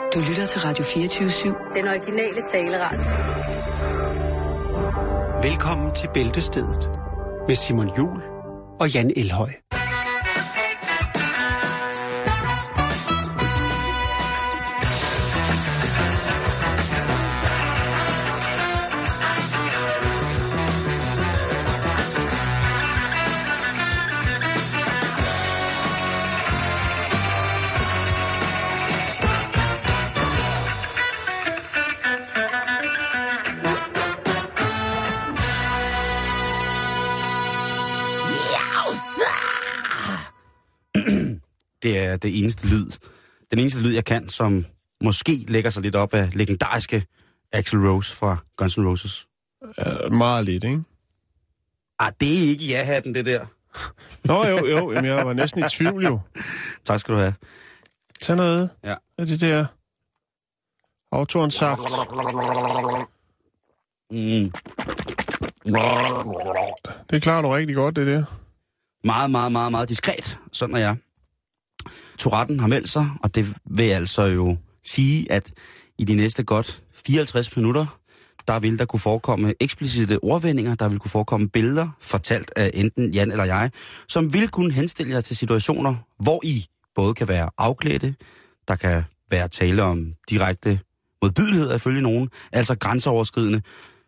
Du lytter til Radio 24/7. Den originale taleradio. Velkommen til Bæltestedet med Simon Juhl og Jan Elhøj. Det er det eneste lyd. Den eneste lyd, jeg kan, som måske lægger sig lidt op af legendariske Axl Rose fra Guns N' Roses. Meget lidt, ikke? Det er ikke ja-hatten, det der. Nå, jo. Jamen, jeg var næsten i tvivl, jo. Tak skal du have. Tag noget Ja. af det der Hawthorne-saft. Det klarer du rigtig godt, det der. Meget diskret. Sådan er jeg. Touretten har meldt sig, og det vil altså jo sige, at i de næste godt 54 minutter, der vil der kunne forekomme eksplicite ordvendinger, der vil kunne forekomme billeder, fortalt af enten Jan eller jeg, som vil kunne henstille jer til situationer, hvor I både kan være afklædte, der kan være tale om direkte modbydelighed ifølge nogen, altså grænseoverskridende.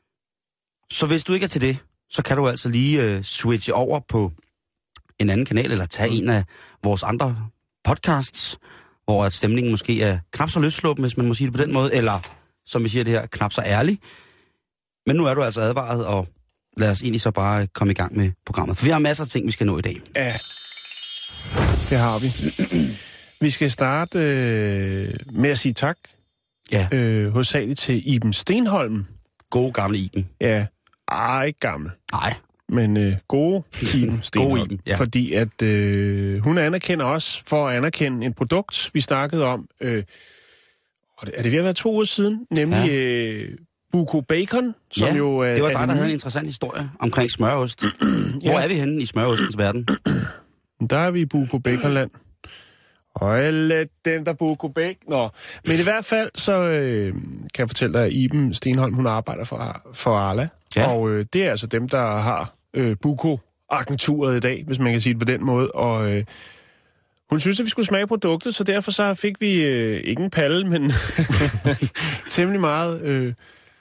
Så hvis du ikke er til det, så kan du altså lige switche over på en anden kanal, eller tage en af vores andre podcasts, hvor at stemningen måske er knap så løssluppen, hvis man må sige det på den måde, eller, som vi siger det her, knap så ærlig. Men nu er du altså advaret, og lad os egentlig så bare komme i gang med programmet. For vi har masser af ting, vi skal nå i dag. Ja, det har vi. Vi skal starte med at sige tak. Ja. Hovedsageligt til Iben Stenholm. Gode gamle Iben. Ja, ikke gammel. Nej. Men gode Iben Stenholm. Gode Iben, ja. Fordi at hun anerkender os for at anerkende en produkt, vi snakkede om. Og er det ved at være 2 uger siden? Nemlig Buco Bacon, som jo er... det var dig, der havde en interessant historie omkring smørost. Hvor er vi henne i smørostens verden? Der er vi i Buco Baconland. Og alle dem, der Buco Bacon... Nå, men i hvert fald, så kan jeg fortælle dig, at Iben Stenholm, hun arbejder for Arla. Ja. Og det er altså dem, der har Buco-agenturet i dag, hvis man kan sige det på den måde. Og hun synes, at vi skulle smage produktet, så derfor så fik vi ikke en palle, men temmelig meget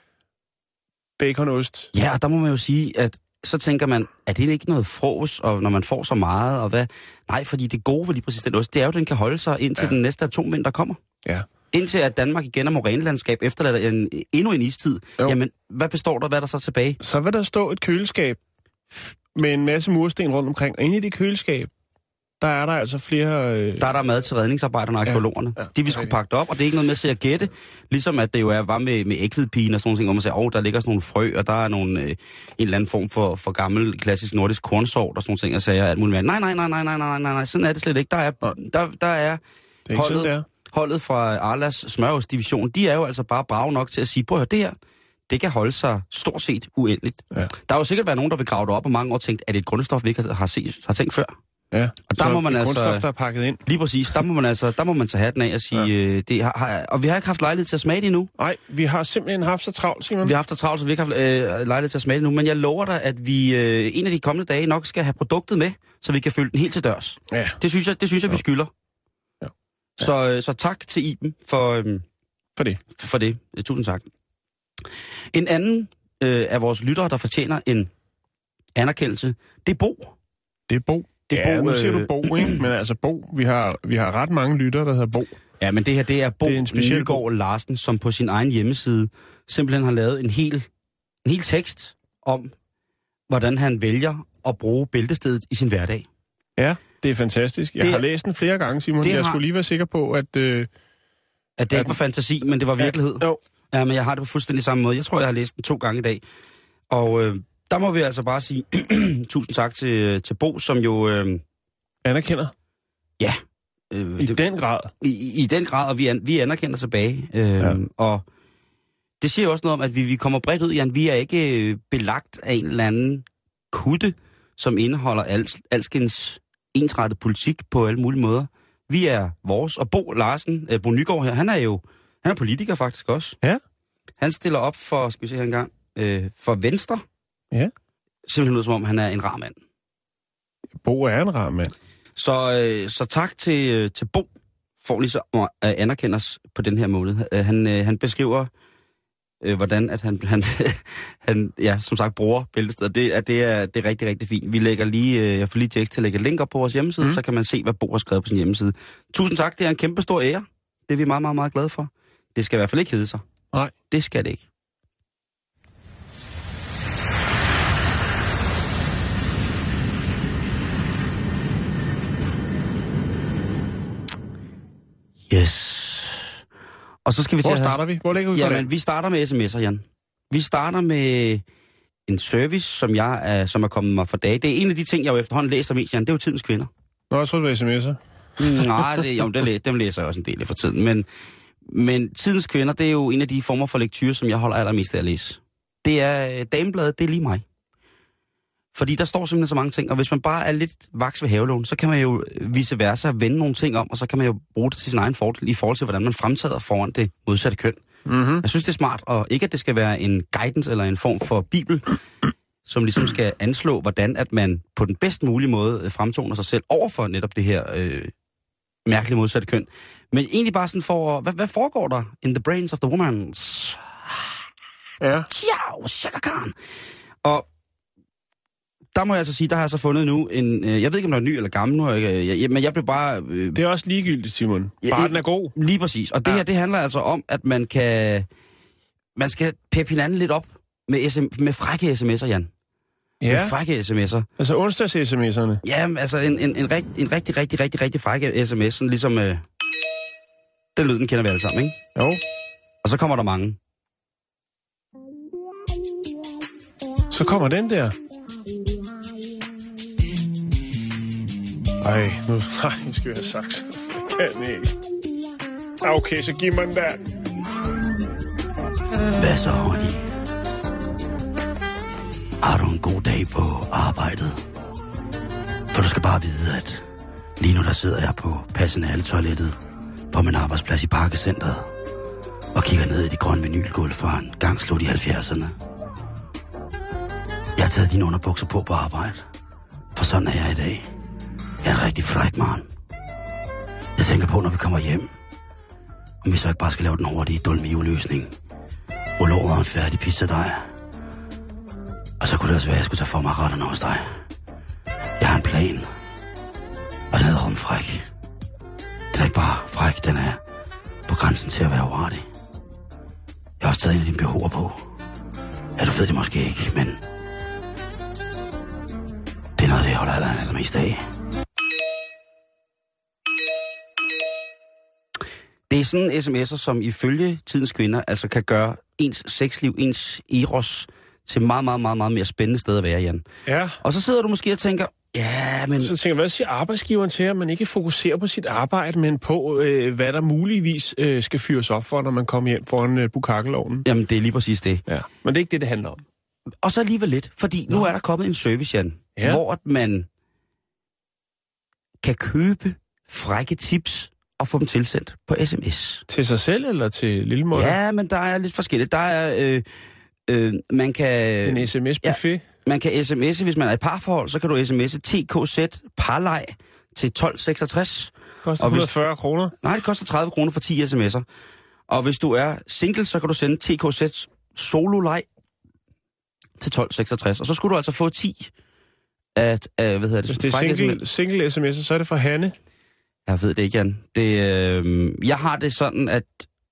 baconost. Ja, og der må man jo sige, at så tænker man, er det ikke noget frås, og når man får så meget, og hvad? Nej, fordi det gode ved lige præcis den ost, det er jo, at den kan holde sig indtil den næste atomvind, der kommer. Ja. Indtil at Danmark igen er morænelandskab, efterlader endnu en istid. Jo. Jamen, hvad består der? Hvad er der så tilbage? Så vil der stå et køleskab med en masse mursten rundt omkring. Og inde i det køleskab, der er der altså flere... Der er der mad til redningsarbejderne og arkeologerne. Ja, de vil skulle pakke det op, og det er ikke noget med at se at gætte. Ligesom at det jo var med ægvedpigen og sådan noget, hvor man siger, der ligger sådan nogle frø, og der er en eller anden form for gammel, klassisk nordisk kornsort og sådan noget, og siger alt muligt. Nej, sådan er det slet ikke. Der er holdet fra Arlas smørostdivision, de er jo altså bare brave nok til at sige, prøv at høre, det her, det kan holde sig stort set uendeligt. Ja. Der har jo sikkert været nogen, der vil grave det op, og mange år tænkt, er det et grundstof, vi ikke har tænkt før? Ja, og der må man grundstof, der er pakket ind. Lige præcis, der må man tage hatten af og sige, og vi har ikke haft lejlighed til at smage det endnu. Nej, vi har simpelthen haft så travlt, Simon. Vi har haft så travlt, så vi ikke har haft lejlighed til at smage det nu, men jeg lover dig, at vi en af de kommende dage nok skal have produktet med, så vi kan følge den helt til dørs. Ja. Det synes jeg, vi skylder. Ja. Så tak til Iben for det. Tusind tak. En anden af vores lyttere, der fortjener en anerkendelse, det er Bo. Det er Bo. Nu siger du Bo, ikke? Men altså Bo, vi har ret mange lyttere, der hedder Bo. Ja, men det her, det er Bo Nygaard Larsen, som på sin egen hjemmeside simpelthen har lavet en hel tekst om, hvordan han vælger at bruge Bæltestedet i sin hverdag. Ja, det er fantastisk. Jeg har læst den flere gange, Simon. Jeg skulle lige være sikker på, at det ikke var fantasi, men det var virkelighed. Jo. Ja, men jeg har det på fuldstændig samme måde. Jeg tror, jeg har læst den 2 gange i dag. Og der må vi altså bare sige tusind tak til Bo, som jo... anerkender? Ja. I den grad? I den grad, og vi anerkender tilbage. Og det siger jo også noget om, at vi kommer bredt ud, Jan. Vi er ikke belagt af en eller anden kutte, som indeholder alskens ensrettet politik på alle mulige måder. Vi er vores, og Bo Larsen, Bo Nygaard her, han er jo Han er politiker faktisk også. Ja. Han stiller op for, skal vi se her engang, for Venstre. Ja. Simpelthen ud som om, han er en rar mand. Bo er en rar mand. Så tak til Bo, for ligesom at anerkende os på den her måde. Han beskriver, hvordan at han som sagt bruger Bæltestedet. Det er rigtig, rigtig fint. Vi lægger lige, jeg får lige tekst til at lægge linker på vores hjemmeside, så kan man se, hvad Bo har skrevet på sin hjemmeside. Tusind tak, det er en kæmpe stor ære. Det er vi meget, meget, meget glade for. Det skal i hvert fald ikke hedde sig. Nej. Det skal det ikke. Yes. Og så skal vi Hvor starter vi? Hvor lægger vi for det? Jamen, vi starter med sms'er, Jan. Vi starter med en service, som er kommet mig for dage. Det er en af de ting, jeg jo efterhånden læser mest, Jan. Det er jo tidens kvinder. Nå, jeg tror, det var sms'er. Nej, dem læser jeg også en del af for tiden. Men tidens kvinder, det er jo en af de former for lektyre, som jeg holder allermest af at læse. Det er Damebladet, det er lige mig. Fordi der står simpelthen så mange ting, og hvis man bare er lidt vaks ved havelån, så kan man jo vice versa vende nogle ting om, og så kan man jo bruge det til sin egen fordel i forhold til, hvordan man fremtræder foran det modsatte køn. Mm-hmm. Jeg synes, det er smart, og ikke at det skal være en guidance eller en form for bibel, som ligesom skal anslå, hvordan at man på den bedst mulige måde fremtoner sig selv over for netop det her mærkelige modsatte køn. Men egentlig bare sådan for, hvad foregår der in the brains of the woman? Ja. Ciao, Chaka Khan. Og der må jeg altså sige, der har jeg så fundet nu en... Jeg ved ikke, om der er ny eller gammel nu, men jeg blev bare... Det er også ligegyldigt, Simon. Bare den er god. Lige præcis. Og det her, det handler altså om, at man skal peppe hinanden lidt op med frække sms'er, Jan. Ja. Med frække sms'er. Altså onsdags-sms'erne. Ja, altså en rigtig frække sms, sådan ligesom... den lyd, den kender vi alle sammen, ikke? Jo. Og så kommer der mange. Så kommer den der. Nu skal vi have saks. Jeg kan ikke. Okay, så giv mig den der. Hvad så, honey? Har du en god dag på arbejdet? For du skal bare vide, at lige nu der sidder jeg på personaletoilettet på min arbejdsplads i Parkecentret og kigger ned i de grønne vinylgulv fra en gang slut i 70'erne. Jeg har taget dine underbukser på arbejde, for sådan er jeg i dag. Jeg er en rigtig fræk mand. Jeg tænker på, når vi kommer hjem, om vi så ikke bare skal lave den hurtige Dolmio-løsning. Rulle over en færdig pizzadej. Og så kunne det også være, at jeg skulle tage for mig retterne hos dig. Jeg har en plan. Og den hedder fræk. Den er ikke bare fræk, den er på grænsen til at være uartig. Jeg har også taget en af dine BH'er på. Ja, du ved det måske ikke, men... det er noget, det jeg holder allermest af. Det er sådan sms'er, som ifølge tidens kvinder altså kan gøre ens sexliv, ens eros til meget, meget, meget, meget mere spændende sted at være, Jan. Ja. Og så sidder du måske og tænker, ja, men... Så tænker hvad siger arbejdsgiveren til, at man ikke fokuserer på sit arbejde, men på, hvad der muligvis skal fyres op for, når man kommer hjem foran bukakkelovnen? Jamen, det er lige præcis det. Ja, men det er ikke det handler om. Og så alligevel lidt, fordi nu er der kommet en service, Jan, hvor man kan købe frække tips og få dem tilsendt på sms. Til sig selv eller til lille mål? Ja, men der er lidt forskelligt. Der er, man kan... En sms-buffet? Ja, man kan sms'e, hvis man er i parforhold, så kan du sms'e TKZ parleg til 1266. Koster 140 kroner? Nej, det koster 30 kroner for 10 sms'er. Og hvis du er single, så kan du sende TKZ solo-leg til 1266. Og så skulle du altså få 10 at hvis det er single sms'er, så er det for Hanne? Jeg ved det ikke, Jan. Jeg har det sådan, at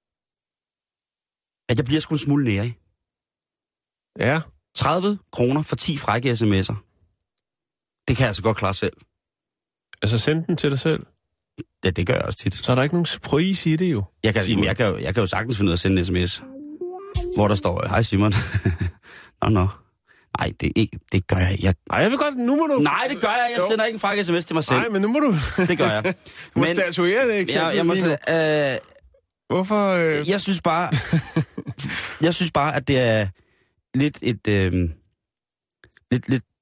jeg bliver sgu en smule nære i. Ja. 30 kroner for 10 frække sms'er. Det kan jeg altså godt klare selv. Altså send den til dig selv? Ja, det gør jeg også tit. Så er der ikke nogen pris i det jo? Jeg kan jo sagtens finde ud af at sende en sms, hvor der står, hej Simon. Nå. Nej, det gør jeg ikke. Nej, jeg vil godt, nu må du... Nej, det gør jeg. Jeg sender ikke en fræk sms til mig selv. Nej, men nu må du... Det gør jeg. Du må statuere det eksempel. Jeg må hvorfor... Jeg synes bare, at det er lidt et...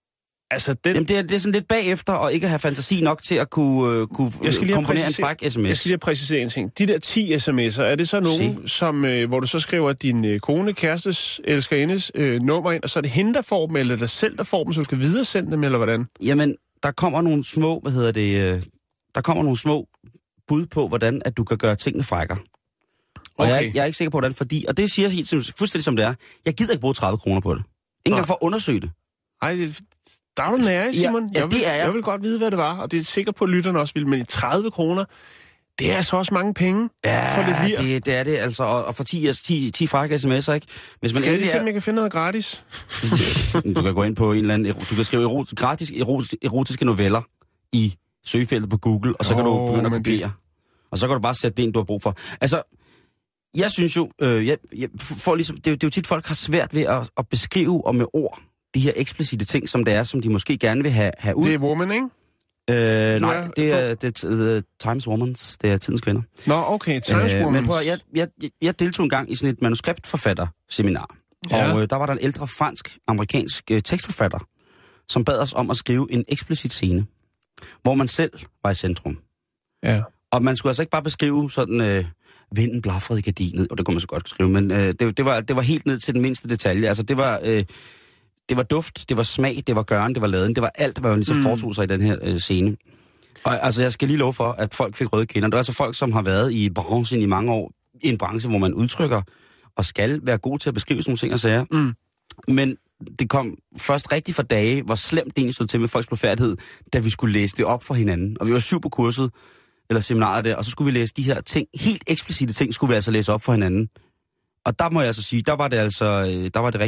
Altså, Jamen, det er sådan lidt bagefter, og ikke at have fantasi nok til at kunne komponere en fræk sms. Jeg skal lige præcisere en ting. De der 10 sms'er, er det så nogen, som, hvor du så skriver din kone, kærestes, elskerindes nummer ind, og så er det hende, der får dem, eller dig selv, der får dem, så du kan videresende dem, eller hvordan? Jamen, der kommer nogle små, der kommer nogle små bud på, hvordan at du kan gøre tingene frækker. Og Okay. jeg er ikke sikker på, hvordan, fordi, og det siger helt fuldstændig som det er, jeg gider ikke bruge 30 kroner på det. Ikke engang for at undersøge det. Ej, der er du nære, Simon. Ja, det er jeg. Jeg vil godt vide, hvad det var, og det er sikkert på, at lytterne også vil, men 30 kroner, det er altså også mange penge for lidt lir. det er det, altså, og for 10 frække sms'er, ikke? Hvis man skal jeg lige se, om jeg kan finde noget gratis? Du kan gå ind på en eller anden, du kan skrive gratis erotiske noveller i søgefeltet på Google, og så kan du begynde at kopiere. Og så kan du bare sætte det ind, du har brug for. Altså, jeg synes jo, jeg får ligesom, det er jo tit, folk har svært ved at beskrive og med ord de her eksplicite ting, som det er, som de måske gerne vil have ud. Det er woman, ikke? Nej, det er Times Womans, det er Tidens Kvinder. Nå, okay, Times Womans. Men prøv, jeg deltog engang i sådan et manuskriptforfatterseminar, og der var der en ældre fransk-amerikansk tekstforfatter, som bad os om at skrive en eksplicit scene, hvor man selv var i centrum. Ja. Og man skulle altså ikke bare beskrive sådan, vinden blafrede i gardinet, og det kunne man så godt skrive, men det var helt ned til den mindste detalje. Altså det var duft, det var smag, det var gøren, det var laden, det var alt, hvad man ligesom foretog sig i den her scene. Og altså, jeg skal lige love for, at folk fik røde kinder. Det er altså folk, som har været i branchen i mange år, i en branche, hvor man udtrykker og skal være god til at beskrive sådan nogle ting og sager. Men det kom først rigtig for dage, hvor slemt det egentlig stod til med folks blufærdighed, da vi skulle læse det op for hinanden. Og vi var 7 på kurset, eller seminaret der, og så skulle vi læse de her ting, helt eksplicite ting, skulle vi altså læse op for hinanden. Og der må jeg altså sige, der var det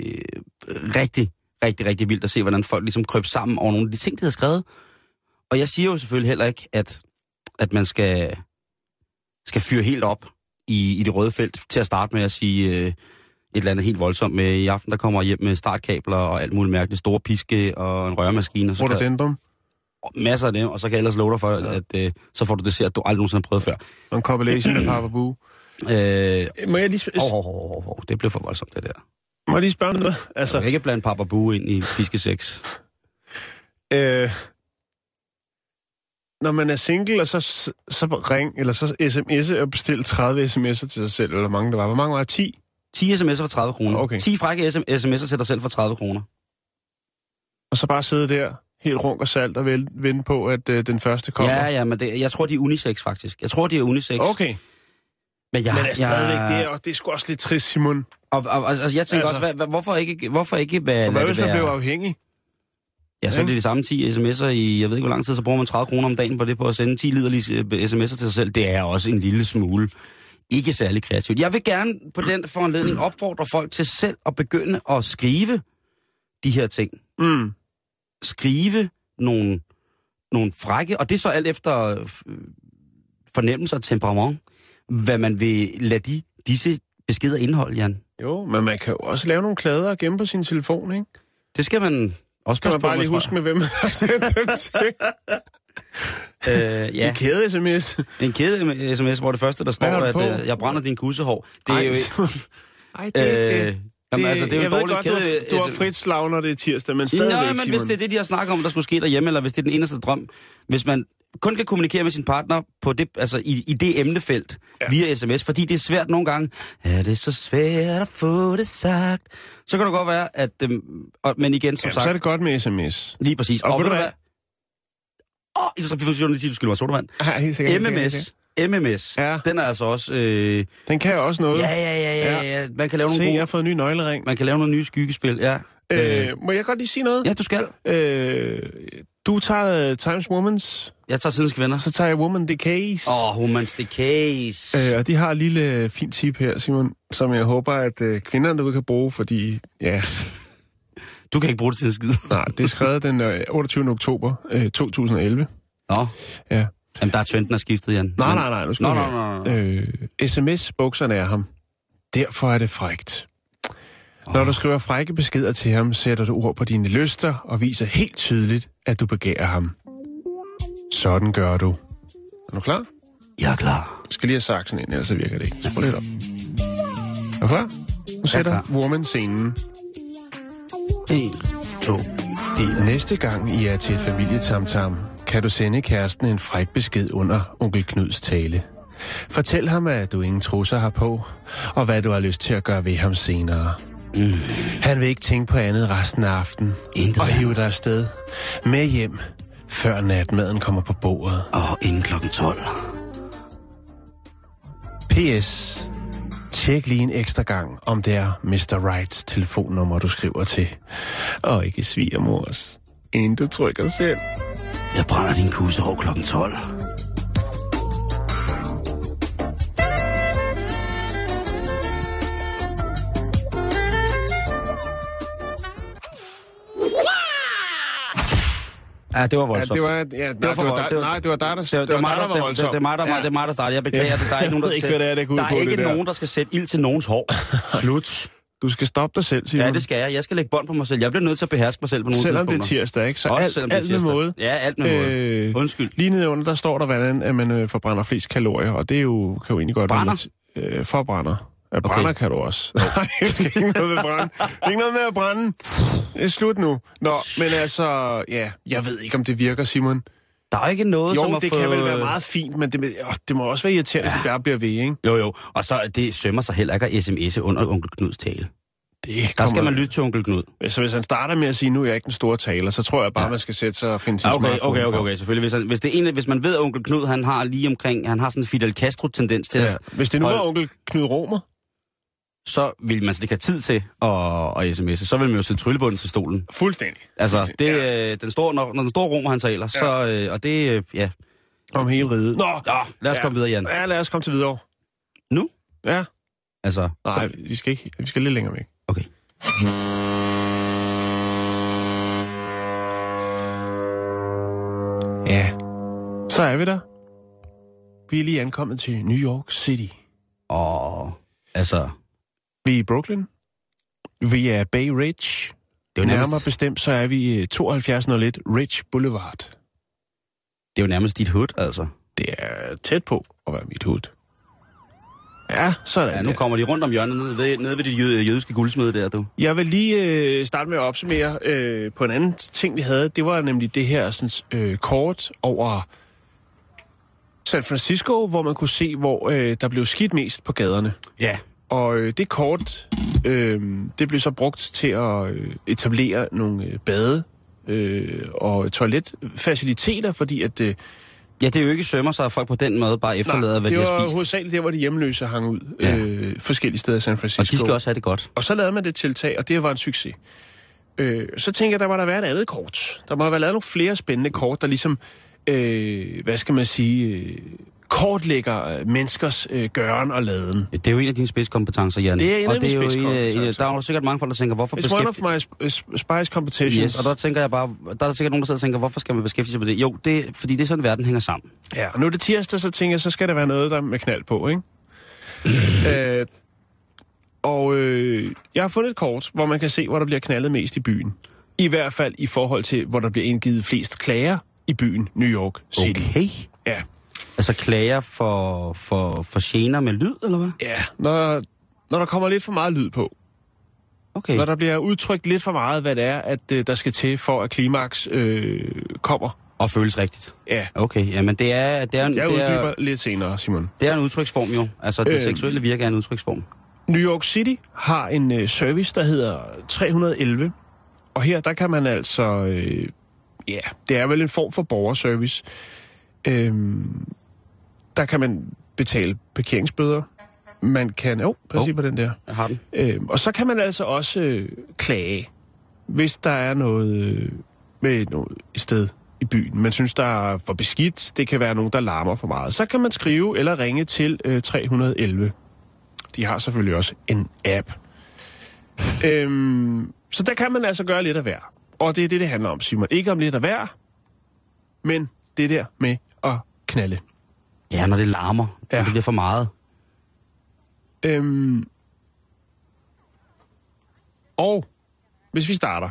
rigtig vildt at se, hvordan folk ligesom krøb sammen over nogle af de ting, de havde skrevet. Og jeg siger jo selvfølgelig heller ikke, at man skal fyre helt op i det røde felt til at starte med at sige et eller andet helt voldsomt med, i aften der kommer jeg hjem med startkabler og alt muligt mærkeligt, store piske og en røremaskine. Hvor du den dem? Masser af dem, og så kan jeg ellers love dig for, at så får du det at du aldrig nogensinde har prøvet før. Og en compilation af Papa Boo. Må jeg lige det blev for voldsomt, det der. Må jeg lige spørge noget? Altså, jeg kan ikke blande Papa Boo ind i piskesex. Når man er single, og så ring, eller så sms'e og bestille 30 sms'er til sig selv, eller mange der var. Hvor mange var det? 10? 10 sms'er for 30 kroner. Okay. 10 frække sms'er til dig selv for 30 kroner. Og så bare sidde der, helt runk og salt, og vente på, at den første kommer? Ja, men jeg tror, de er unisex, faktisk. Jeg tror, de er unisex. Okay. Men stadigvæk, det er sgu også lidt trist, Simon. Og altså, jeg tænker også, hvorfor ikke være... Og hvad hvis man bliver afhængig? Ja, så er det de samme 10 sms'er i, jeg ved ikke hvor lang tid, så bruger man 30 kroner om dagen på det, på at sende 10 liderlige sms'er til sig selv. Det er også en lille smule ikke særlig kreativt. Jeg vil gerne på den foranledning opfordre folk til selv at begynde at skrive de her ting. Skrive nogle frække, og det er så alt efter fornemmelse og temperament, hvad man vil lade disse beskeder indeholde, Jan. Jo, men man kan jo også lave nogle klæder og gemme på sin telefon, ikke? Det skal man også passe på. Skal man bare lige huske med, hvem man har sendt dem til? Ja. En kæde-sms. En kæde-sms, hvor det første, der står, at jeg brænder din kussehår. Det er jo ikke... Jamen, altså, det er jo en dårlig kæde. Du har frit slag, når det er tirsdag, men stadigvæk, Simon. Men hvis det er det, de har snakket om, der skulle ske derhjemme, eller hvis det er den eneste drøm, hvis man kun kan kommunikere med sin partner på det, altså i det emnefelt via sms, fordi det er svært nogle gange. Er det så svært at få det sagt? Så kan det godt være, at... men igen, som sagt... så er det godt med sms. Lige præcis. Og ved du hvad? Illustrationen siger, du skal være sodavand. MMS, den er altså også... Den kan jo også noget. Ja. Man kan lave nogle jeg har fået en ny nøglering. Man kan lave nogle nye skyggespil, ja. Må jeg godt lige sige noget? Ja, du skal. Du tager Times Womans. Jeg tager Tidens Kvinder. Så tager jeg Woman Decays. Woman's Decays. Og de har et lille fint tip her, Simon, som jeg håber, at kvinderne derude kan bruge, fordi, ja... Du kan ikke bruge det til at skide. Nej, det er skrevet den 28. oktober 2011. Nå. Ja. Jamen, der er trenden er skiftet, Jan. Nej. Nu skal SMS-bukserne er ham. Derfor er det frækt. Når du skriver frække beskeder til ham, sætter du ord på dine lyster og viser helt tydeligt, at du begærer ham. Sådan gør du. Er du klar? Jeg er klar. Jeg skal lige have saksen ind, ellers så virker det ikke. Skru lidt op. Er du klar? Nu sætter Woman scenen. 1, 2, Det næste gang I er til et familietamtam, kan du sende kæresten en fræk besked under onkel Knuds tale. Fortæl ham, at du ingen trusser har på, og hvad du har lyst til at gøre ved ham senere. Han vil ikke tænke på andet resten af aftenen, og hive dig afsted med hjem, før natmaden kommer på bordet. Og inden klokken 12. P.S. Tjek lige en ekstra gang, om det er Mr. Rights telefonnummer, du skriver til. Og ikke svigermors, inden du trykker selv. Jeg brænder din kusse over klokken 12. Ja, det var voldsomt. Det var dig, der startede. Jeg beklager, der er ikke nogen, der skal sætte ild til nogens hår. Slut. Du skal stoppe dig selv, Simon. Ja, det skal jeg. Jeg skal lægge bånd på mig selv. Jeg bliver nødt til at beherske mig selv på nogle tidspunkter. Selvom det er tirsdag, ikke? Så også alt med måde. Ja, alt med måde. Undskyld. Lige nedenunder, der står der, hvordan at man forbrænder flest kalorier, og det er jo, kan jo egentlig godt være... Forbrænder. Ja, brænder okay. Kan du også. Nej, jeg skal ikke noget med brænde. Ikke noget med at brænde. Det er slut nu. Nå, men altså, ja, jeg ved ikke, om det virker, Simon. Der er ikke noget, som det kan vel være meget fint, men det må også være irriterende, hvis det bare bliver ved, ikke? Jo. Og så det sømmer sig heller ikke at sms'e under onkel Knuds tale. Der skal man lytte til onkel Knud. Så hvis han starter med at sige, nu er jeg ikke den store taler, så tror jeg bare, man skal sætte sig og finde sin smartphone. Okay, selvfølgelig. Hvis man ved, at onkel Knud, han har sådan en Fidel Castro-tendens til at... Hvis det nu var onkel Knud Romer, så vil man slet ikke have tid til at sms'e. Så vil man jo sætte tryllebunden til stolen. Fuldstændig. Altså, det, når den store romer, han taler, så... Og det, ja... Om hele riget. Nå! Ja, lad os komme videre, Jan. Ja, lad os komme til videre. Nu? Ja. Altså... Nej, vi skal ikke. Vi skal lidt længere væk. Okay. Ja. Så er vi der. Vi er lige ankommet til New York City. Altså... Vi er i Brooklyn. Vi er Bay Ridge. Det er nærmere bestemt, så er vi 7201 Ridge Boulevard. Det er jo nærmest dit hood, altså. Det er tæt på at være mit hood. Ja, sådan. Ja, nu kommer de rundt om hjørnet nede ved det jødiske guldsmede der, du. Jeg vil lige starte med at opsummere på en anden ting, vi havde. Det var nemlig det her sådan, kort over San Francisco, hvor man kunne se, hvor der blev skidt mest på gaderne. Ja. Og det kort, det blev så brugt til at etablere nogle bade og toiletfaciliteter, fordi at... Ja, det er jo ikke sømmer sig, at folk på den måde bare efterlader, hvad de har spist. det var hovedsageligt der, hvor de hjemløse hang ud forskellige steder i San Francisco. Og de skal også have det godt. Og så lavede man det tiltag, og det var en succes. Så tænker jeg, der må der være et andet kort. Der må have lavet nogle flere spændende kort, der ligesom, hvad skal man sige... kortlægger menneskers gøren og laden. Det er jo en af dine spidskompetencer, Jan. Det er en af mine spidskompetencer. Der er jo sikkert mange folk, der tænker, hvorfor It's one of my spice competitions. Yes, og der tænker jeg bare, der er sikkert nogen, der sidder og tænker, hvorfor skal man beskæftige sig med det? Jo, det er, fordi det er sådan, verden hænger sammen. Ja, og nu er det tirsdag, så tænker jeg, så skal der være noget, der med knald på, ikke? Jeg har fundet et kort, hvor man kan se, hvor der bliver knaldet mest i byen. I hvert fald i forhold til, hvor der bliver indgivet flest klager i byen New York City. Okay. Ja. Altså klager for gener med lyd, eller hvad? Ja, når der kommer lidt for meget lyd på. Okay. Når der bliver udtrykt lidt for meget, hvad det er, at der skal til for, at klimaks kommer. Og føles rigtigt. Ja. Okay, jamen det er jeg uddyber lidt senere, Simon. Det er en udtryksform jo. Altså det seksuelle virke er en udtryksform. New York City har en service, der hedder 311. Og her, der kan man altså... det er vel en form for borgerservice. Der kan man betale parkeringsbøder. Man kan... prøv på den der. Jeg har den. Og så kan man altså også klage, hvis der er noget med noget sted i byen. Man synes, der er for beskidt. Det kan være nogen, der larmer for meget. Så kan man skrive eller ringe til 311. De har selvfølgelig også en app. Så der kan man altså gøre lidt af hver. Og det er det handler om, Simon. Ikke om lidt af hver, men det der med at knalde. Ja, når det larmer. Ja. Når det bliver for meget. Og hvis vi starter.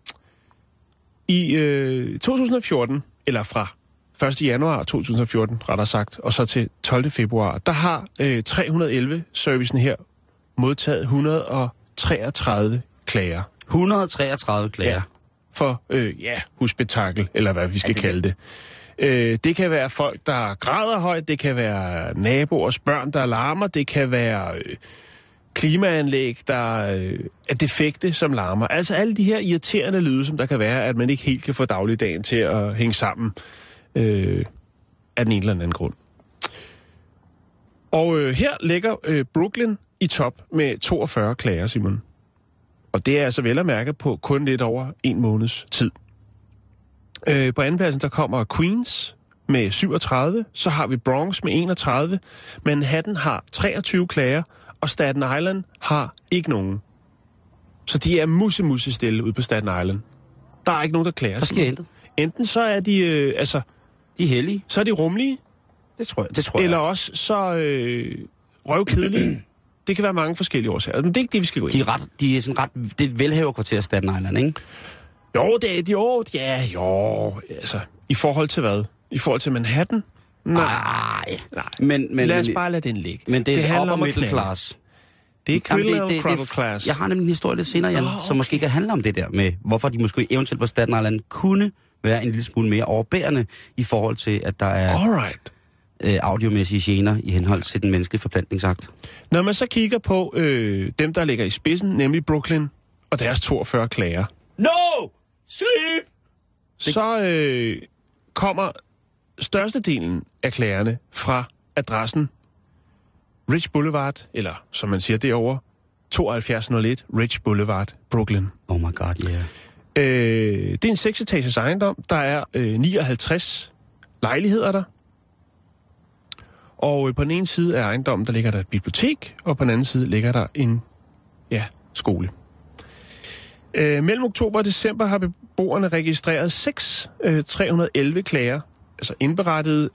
I 2014, eller fra 1. januar 2014, rettere sagt, og så til 12. februar, der har 311-servicen her modtaget 133 klager. 133 klager? Ja. for husspektakel, eller hvad vi skal kalde det. Det kan være folk, der græder højt, det kan være naboers børn, der larmer, det kan være klimaanlæg, der er defekte, som larmer. Altså alle de her irriterende lyde, som der kan være, at man ikke helt kan få dagligdagen til at hænge sammen af den ene eller anden grund. Og her ligger Brooklyn i top med 42 klager, Simon. Og det er altså vel at mærke på kun lidt over en måneds tid. På andenpladsen der kommer Queens med 37, så har vi Bronx med 31, Manhattan har 23 klager, og Staten Island har ikke nogen. Så de er musse stille ude på Staten Island. Der er ikke nogen, der klager. Der sker intet. Enten så er de, de er hellige. Så er de rummelige. Det tror jeg. Eller også så røvkedelige. Det kan være mange forskellige årsager. Men det er ikke det, vi skal gå ind i. De er sådan ret... Det er et velhaverkvarter Staten Island, ikke? Jo, det er de jo. Ja, altså, i forhold til hvad? I forhold til Manhattan? Nej. Men lad os bare lade den ligge. Men det er upper middle class. Det er criminal class. Jeg har nemlig en historie lidt senere, Jan, som måske kan handle om det der med, hvorfor de måske eventuelt på Staten Island kunne være en lille smule mere overbærende i forhold til, at der er audiomæssige gener i henhold til den menneskelige forplantningsakt. Når man så kigger på dem, der ligger i spidsen, nemlig Brooklyn og deres 42 klager. No! Sleep! Så kommer størstedelen af klagerne fra adressen Rich Boulevard, eller som man siger derovre, 7201 Rich Boulevard, Brooklyn. Oh my god, yeah. Det er en 6-etages ejendom. Der er 59 lejligheder der. Og på den ene side af ejendommen, der ligger der et bibliotek, og på den anden side ligger der en skole. Mellem oktober og december har beboerne registreret 311 klager, altså indberettet.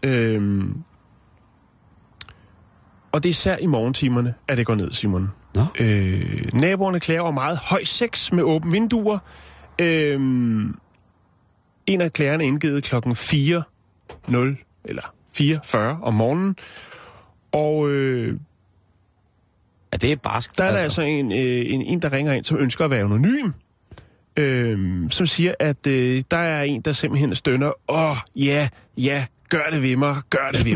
Og det er især i morgentimerne, at det går ned, Simon. No. Naboerne klager over meget høj sex med åbne vinduer. En af klagerne er indgivet klokken 4.0 eller 4.40 om morgenen. Og det er barsk. Der er der altså en, der ringer ind, som ønsker at være anonym. Som siger, at der er en, der simpelthen stønner, gør det ved mig.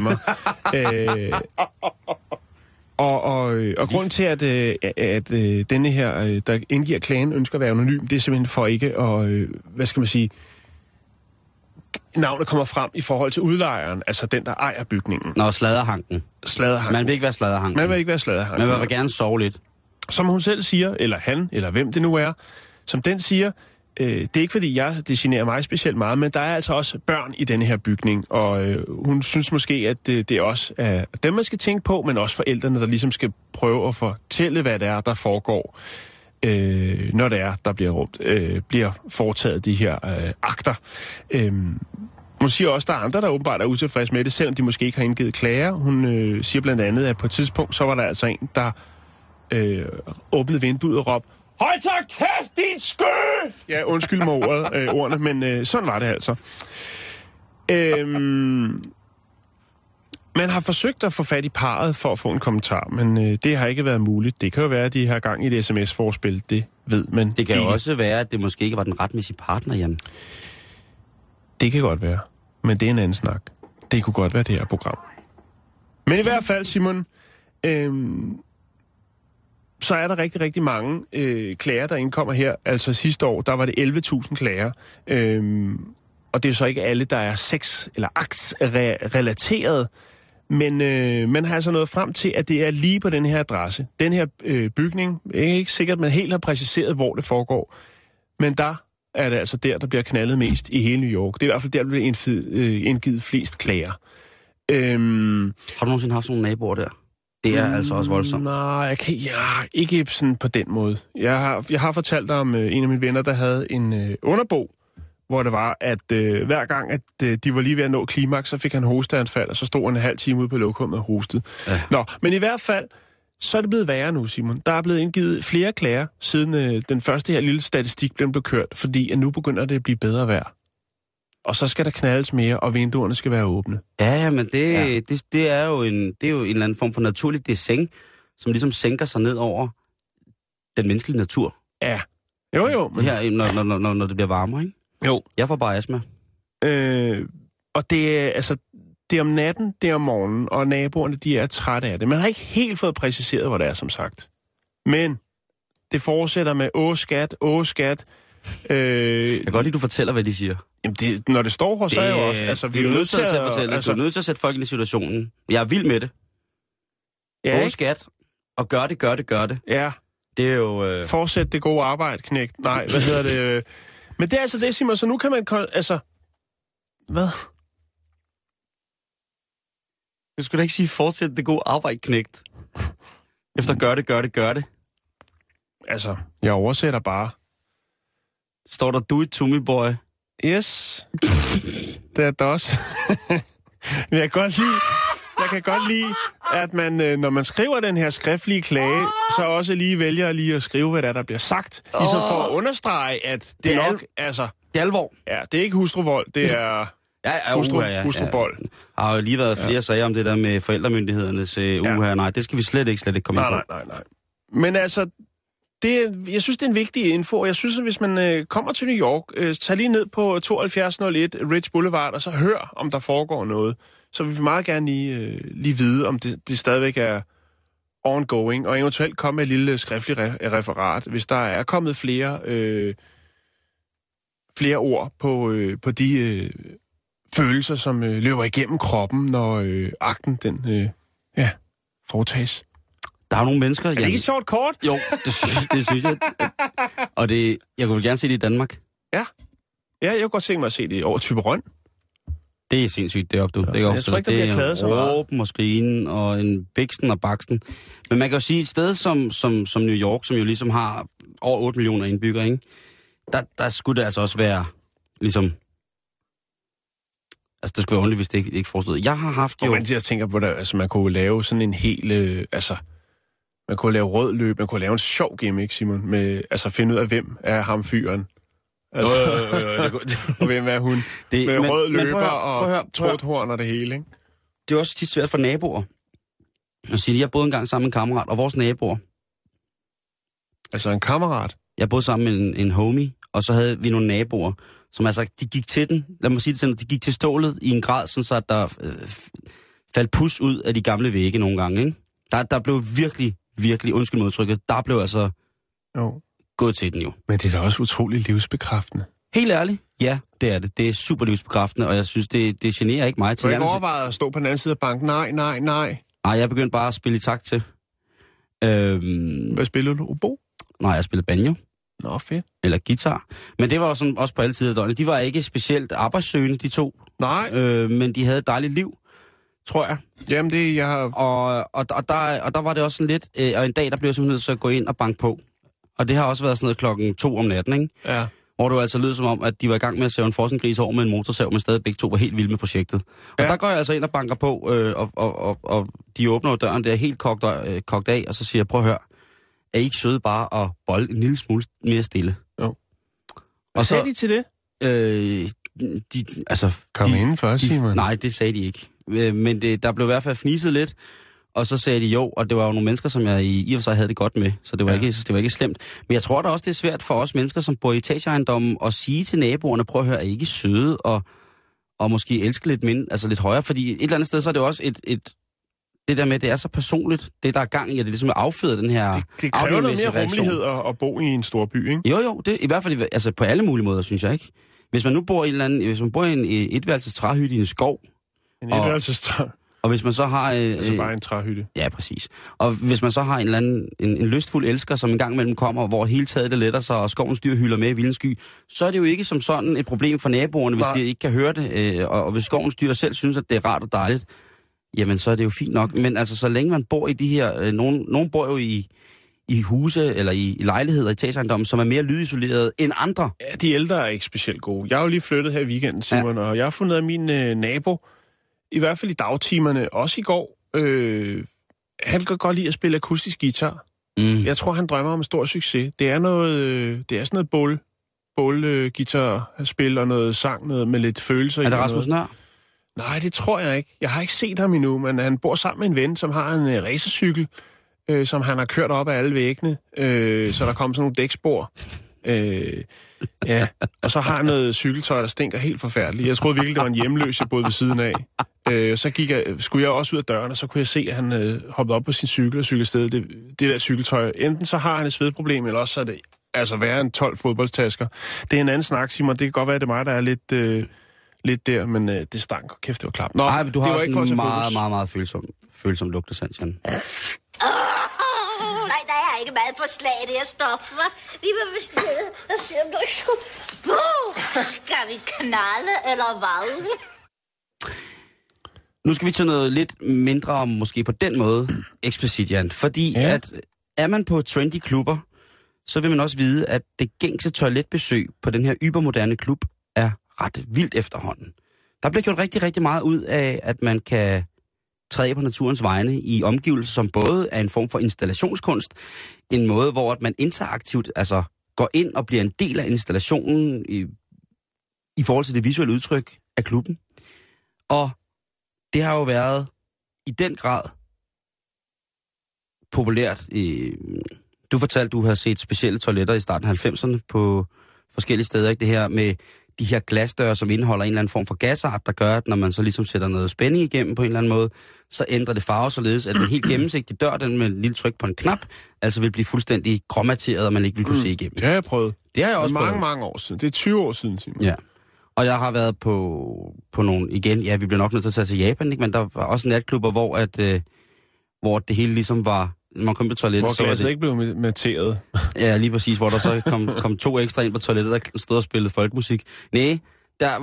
Og grunden til, at denne her, der indgiver klagen, ønsker at være anonym, det er simpelthen for ikke at, navnet kommer frem i forhold til udlejeren, altså den, der ejer bygningen. Nå, sladderhanken. Man vil ikke være sladderhanken. Man vil gerne sove lidt. Som hun selv siger, eller han, eller hvem det nu er, som den siger, det er ikke fordi det generer mig specielt meget, men der er altså også børn i denne her bygning, og hun synes måske, at det også er dem, man skal tænke på, men også forældrene, der ligesom skal prøve at fortælle, hvad det er, der foregår, når det er, der bliver foretaget de her akter. Hun siger også, at der er andre, der åbenbart er utilfredse med det, selvom de måske ikke har indgivet klager. Hun siger blandt andet, at på et tidspunkt, så var der altså en, der åbnede vinduet og råbte, "Hold så kæft, din skø!" Ja, undskyld mig ordene, men sådan var det altså. Man har forsøgt at få fat i parret for at få en kommentar, men det har ikke været muligt. Det kan jo være, at de har gang i et sms-forspil, det ved man. Det kan jo også være, at det måske ikke var den retmæssige partner, Jan. Det kan godt være, men det er en anden snak. Det kunne godt være det her program. Men i hvert fald, Simon, så er der rigtig, rigtig mange klager, der indkommer her. Altså sidste år, der var det 11.000 klager. Og det er jo så ikke alle, der er sex- eller akt-relateret. Men man har altså nået frem til, at det er lige på den her adresse. Den her bygning, det er ikke sikkert, at man helt har præciseret, hvor det foregår. Men der er det altså der bliver knaldet mest i hele New York. Det er i hvert fald der, der bliver indgivet flest klager. Har du nogensinde haft nogle naboer der? Det er altså også voldsomt. Nej, ikke sådan på den måde. Jeg har fortalt dig om en af mine venner, der havde en underbo, hvor det var, at hver gang, at de var lige ved at nå klimaks, så fik han hosteanfald, og så stod han en halv time ude på lokummet og hostede. Ja. Nå, men i hvert fald, så er det blevet værre nu, Simon. Der er blevet indgivet flere klager, siden den første her lille statistik blev kørt, fordi at nu begynder det at blive bedre vejr. Og så skal der knaldes mere, og vinduerne skal være åbne. Ja, men det er jo en eller anden form for naturlig dessin, som ligesom sænker sig ned over den menneskelige natur. Ja. Jo. Men... Her, når det bliver varmere, ikke? Jo. Jeg får bare astma. Og det er, altså, det er om natten, det er om morgenen, og naboerne, de er trætte af det. Man har ikke helt fået præciseret, hvor det er, som sagt. Men det fortsætter med, skat. Jeg kan godt lide, du fortæller, hvad de siger. Jamen, når det står her, så er jo også... Altså, vi er nødt til at fortælle. altså, Du er nødt til at sætte folk ind i situationen. Jeg er vild med det. Ja, skat. Og gør det. Ja. Det er jo... Fortsæt det gode arbejde, knægt. Nej, hvad hedder det? Men det er altså det, Simon, så nu kan man... Altså... Hvad? Jeg skulle da ikke sige, fortsæt det gode arbejde, knægt. Efter gør det. Altså, jeg oversætter bare. Står der, do it to me, boy? Yes. Det er det også. Men jeg kan godt lide, at man, når man skriver den her skriftlige klage, så også lige vælger lige at skrive, hvad der bliver sagt. Ligesom for at understrege, at det er nok, altså... Det er alvor. Ja, det er ikke hustruvold, det er... Hustrubold. Der har jo lige været flere sager om det der med forældremyndighedernes Nej, det skal vi slet ikke komme ind på. Nej. Men altså, jeg synes, det er en vigtig info. Jeg synes, at hvis man kommer til New York, tag lige ned på 7201 Ridge Boulevard, og så hør, om der foregår noget. Så vil vi meget gerne lige vide, om det stadigvæk er ongoing, og eventuelt komme med et lille skriftligt referat, hvis der er kommet flere ord på de følelser, som løber igennem kroppen, når akten den foretages. Der er nogle mennesker... Er det ikke et sjovt kort? Jo, det synes jeg. Og jeg kunne gerne se det i Danmark. Ja, jeg kunne godt tænke mig at se det over Thyborøn. Det er sindssygt deroppe, du. Ja, jeg tror ikke, der bliver klaget så meget. Råben og skrigen og en bæksten og baksten. Men man kan jo sige, et sted som New York, som jo ligesom har over 8 millioner indbyggere, ikke? Der skulle det altså også være, ligesom... Altså, det skulle være ordentligt, hvis det ikke forstod. Jeg har haft jo... Jeg tænker på det, altså man kunne lave sådan en hel... man kunne lave rød løb, man kunne lave en sjov gimmick, Simon, med finde ud af, hvem er ham fyren. Altså, og hvem er hun? Med rød løber og trådhorn og det hele, ikke? Det er også tit svært for naboer. at sige, jeg boede engang sammen med en kammerat, og vores naboer. Altså en kammerat? Jeg boede sammen med en homie, og så havde vi nogle naboer, som altså, de gik til den, lad mig sige det sådan, de gik til stålet i en grad, sådan så at der faldt pus ud af de gamle vægge nogle gange, ikke? Der blev virkelig, undskyld modtrykket, der blev altså gået til den jo. Men det er da også utroligt livsbekræftende. Helt ærligt, ja, det er det. Det er super livsbekræftende, og jeg synes, det generer ikke mig. Du har ikke overvejet at stå på den anden side af banken? Nej. Nej, jeg begyndte bare at spille i takt til. Hvad spiller du? Obo? Nej, jeg spillede banjo. Nå, fedt. Eller guitar. Men det var sådan også på alle tider af døgnet. De var ikke specielt arbejdssøgende, de to. Nej. Men de havde et dejligt liv, tror jeg. Jamen det, jeg har... Og der var det også sådan lidt... og en dag, der blev jeg simpelthen nødt til at gå ind og banke på. Og det har også været sådan noget 2:00 om natten, ikke? Ja. Hvor det jo altså lød som om, at de var i gang med at sæve en frosengris over med en motorsav, men stadig begge to var helt vilde med projektet. Og der går jeg altså ind og banker på, og de åbner døren, det er helt kogt af, og så siger jeg, prøv at høre, er I ikke søde bare at bolde en lille smule mere stille? Jo. Hvad sagde de til det? Kom indenfor, Simon. Nej, det sagde de ikke. Men der blev i hvert fald fniset lidt, og så sagde de jo, og det var jo nogle mennesker, som jeg i og for sig havde det godt med, så det var ikke slemt. Men jeg tror da også, det er svært for os mennesker, som bor i etageejendommen, at sige til naboerne, prøv at høre, er I ikke søde, og måske elske lidt mindre, altså lidt højere, fordi et eller andet sted, så er det også det der med, det er så personligt, det der er gang i, at det ligesom er affødet den her det kræver noget mere rummelighed at bo i en stor by, ikke? Jo, det i hvert fald altså på alle mulige måder, synes jeg, ikke? Hvis man nu bor i en etværelses træhytte i en skov, en etværelses træ. Og hvis man så har... altså bare en træhytte. Ja, præcis. Og hvis man så har en lystfuld elsker, som en gang imellem kommer, hvor hele taget det letter sig, og skovens dyr hylder med i vilden sky, så er det jo ikke som sådan et problem for naboerne, hvis de ikke kan høre det. Og hvis skovens dyr selv synes, at det er rart og dejligt, jamen så er det jo fint nok. Men altså, så længe man bor i de her... Nogen bor jo i huse eller i lejligheder i etageejendommen, som er mere lydisoleret end andre. Ja, de ældre er ikke specielt gode. Jeg har jo lige flyttet her i weekenden, Simon, og jeg har fundet af min nabo, i hvert fald i dagtimerne, også i går, han kan godt lide at spille akustisk guitar. Jeg tror, han drømmer om en stor succes. Det er sådan noget bål-guitar-spil og noget sang, noget med lidt følelser. Er det Rasmus Nøhr? Nej, det tror jeg ikke. Jeg har ikke set ham endnu, men han bor sammen med en ven, som har en racercykel, som han har kørt op af alle væggene, så der kommer sådan nogle dækspor Ja, og så har jeg noget cykeltøj, der stinker helt forfærdeligt. Jeg troede virkelig, det var en hjemløs, jeg boede ved siden af. Så skulle jeg også ud af døren, og så kunne jeg se, at han hoppede op på sin cykel og cyklede afsted. Det der cykeltøj. Enten så har han et svedproblem, eller også så er det altså værre end 12 fodboldtasker. Det er en anden snak, Simon. Det kan godt være, at det er mig, der er lidt der, men det stank. Kæft, det var klart. Nej, men du har også en meget følsom lugtesans, Jan. Nej, der er ikke meget for slag, det her stof, hva'? Vi vil vist ned og se, om du skulle... Skal vi knalde, eller hvad? Nu skal vi til noget lidt mindre om, måske på den måde, eksplicit, Jan. Fordi at er man på trendy klubber, så vil man også vide, at det gængse toiletbesøg på den her ybermoderne klub er ret vildt efterhånden. Der bliver gjort rigtig, rigtig meget ud af, at man kan træde på naturens vegne i omgivelser, som både er en form for installationskunst, en måde, hvor man interaktivt altså går ind og bliver en del af installationen i forhold til det visuelle udtryk af klubben. Og det har jo været i den grad populært. Du fortalte, du har set specielle toiletter i starten af 90'erne på forskellige steder. Ikke? Det her med de her glasdøre, som indeholder en eller anden form for gasart, der gør, at når man så ligesom sætter noget spænding igennem på en eller anden måde, så ændrer det farve således, at en helt gennemsigtig dør, den med en lille tryk på en knap, altså vil blive fuldstændig gråmateret, og man ikke vil kunne se igennem. Det har jeg prøvet. Det har jeg også prøvet. Mange år siden. Det er 20 år siden, Simon. Ja. Og jeg har været på nogle, igen, ja, vi bliver nok nødt til at tage til Japan, ikke? Men der var også natklubber, hvor det hele ligesom var, man kom på toilettet, hvor glasset ikke blev materet. Ja, lige præcis, hvor der så kom 2 ekstra ind på toilettet, der stod og spillede folkmusik. Nej, der,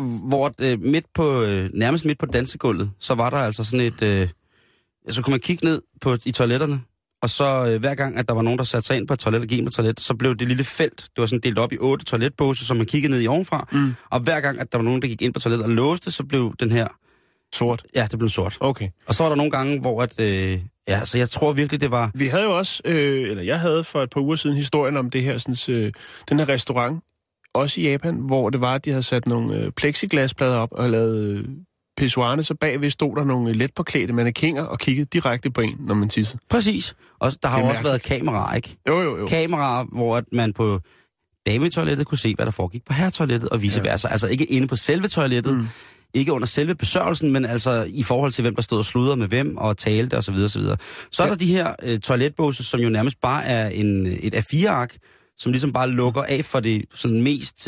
hvor nærmest midt på dansegulvet, så var der altså sådan et, så kunne man kigge ned i toiletterne, og så hver gang, at der var nogen, der satte sig ind på et toilet og gik ind på toilet, så blev det lille felt, det var sådan delt op i 8 toiletbåse, som man kiggede ned i ovenfra, og hver gang, at der var nogen, der gik ind på toilettet og låste, så blev den her... Sort? Ja, det blev sort. Okay. Og så var der nogle gange, hvor at... ja, så jeg tror virkelig, det var... Vi havde jo også, jeg havde for et par uger siden historien om det her, sådan, den her restaurant, også i Japan, hvor det var, at de havde sat nogle plexiglasplader op og lavet pissoirerne, så bagved stod der nogle letpåklædte mannequiner og kiggede direkte på en, når man tissede. Præcis. Og der har jo også været kameraer, ikke? Jo. Kameraer, hvor at man på dametoilettet kunne se, hvad der foregik på herretoilettet og vice versa. Altså ikke inde på selve toilettet, ikke under selve besørgelsen, men altså i forhold til, hvem der stod og sludrede med hvem og talte osv. osv. Så er der de her toiletbåse, som jo nærmest bare er et A4-ark, som ligesom bare lukker af for det sådan mest...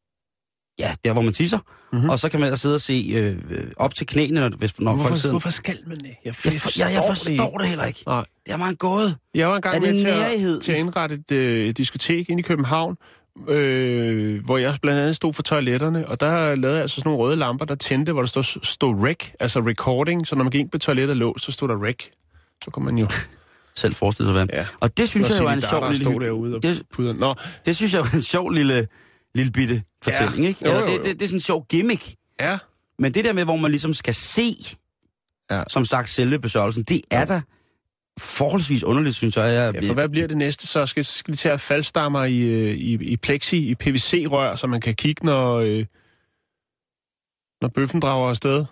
der hvor man tisser. Mm-hmm. Og så kan man ellers sidde og se op til knæene, når folk sidder... Hvorfor skal man det? Jeg forstår det heller ikke. Nej. Det er meget gåde. Jeg var engang med til at indrette et diskotek inde i København, hvor jeg blandt andet stod for toiletterne, og der lavede jeg altså sådan nogle røde lamper, der tændte, hvor der stod rec, altså recording, så når man gik ind på toilettet og lå, så stod der rec. Så kunne man jo... selv forestille sig, hvad. Ja. Og det synes jeg jo er en sjov lille... Det synes jeg jo er en sjov lille bitte fortælling, ikke? Jo. Det er sådan en sjov gimmick. Ja. Men det der med, hvor man ligesom skal se, som sagt, selve besørgelsen, det er da forholdsvis underligt, synes jeg. For hvad bliver det næste? Så skal de til at faldstammer i plexi, i PVC-rør, så man kan kigge, når bøffen drager afsted?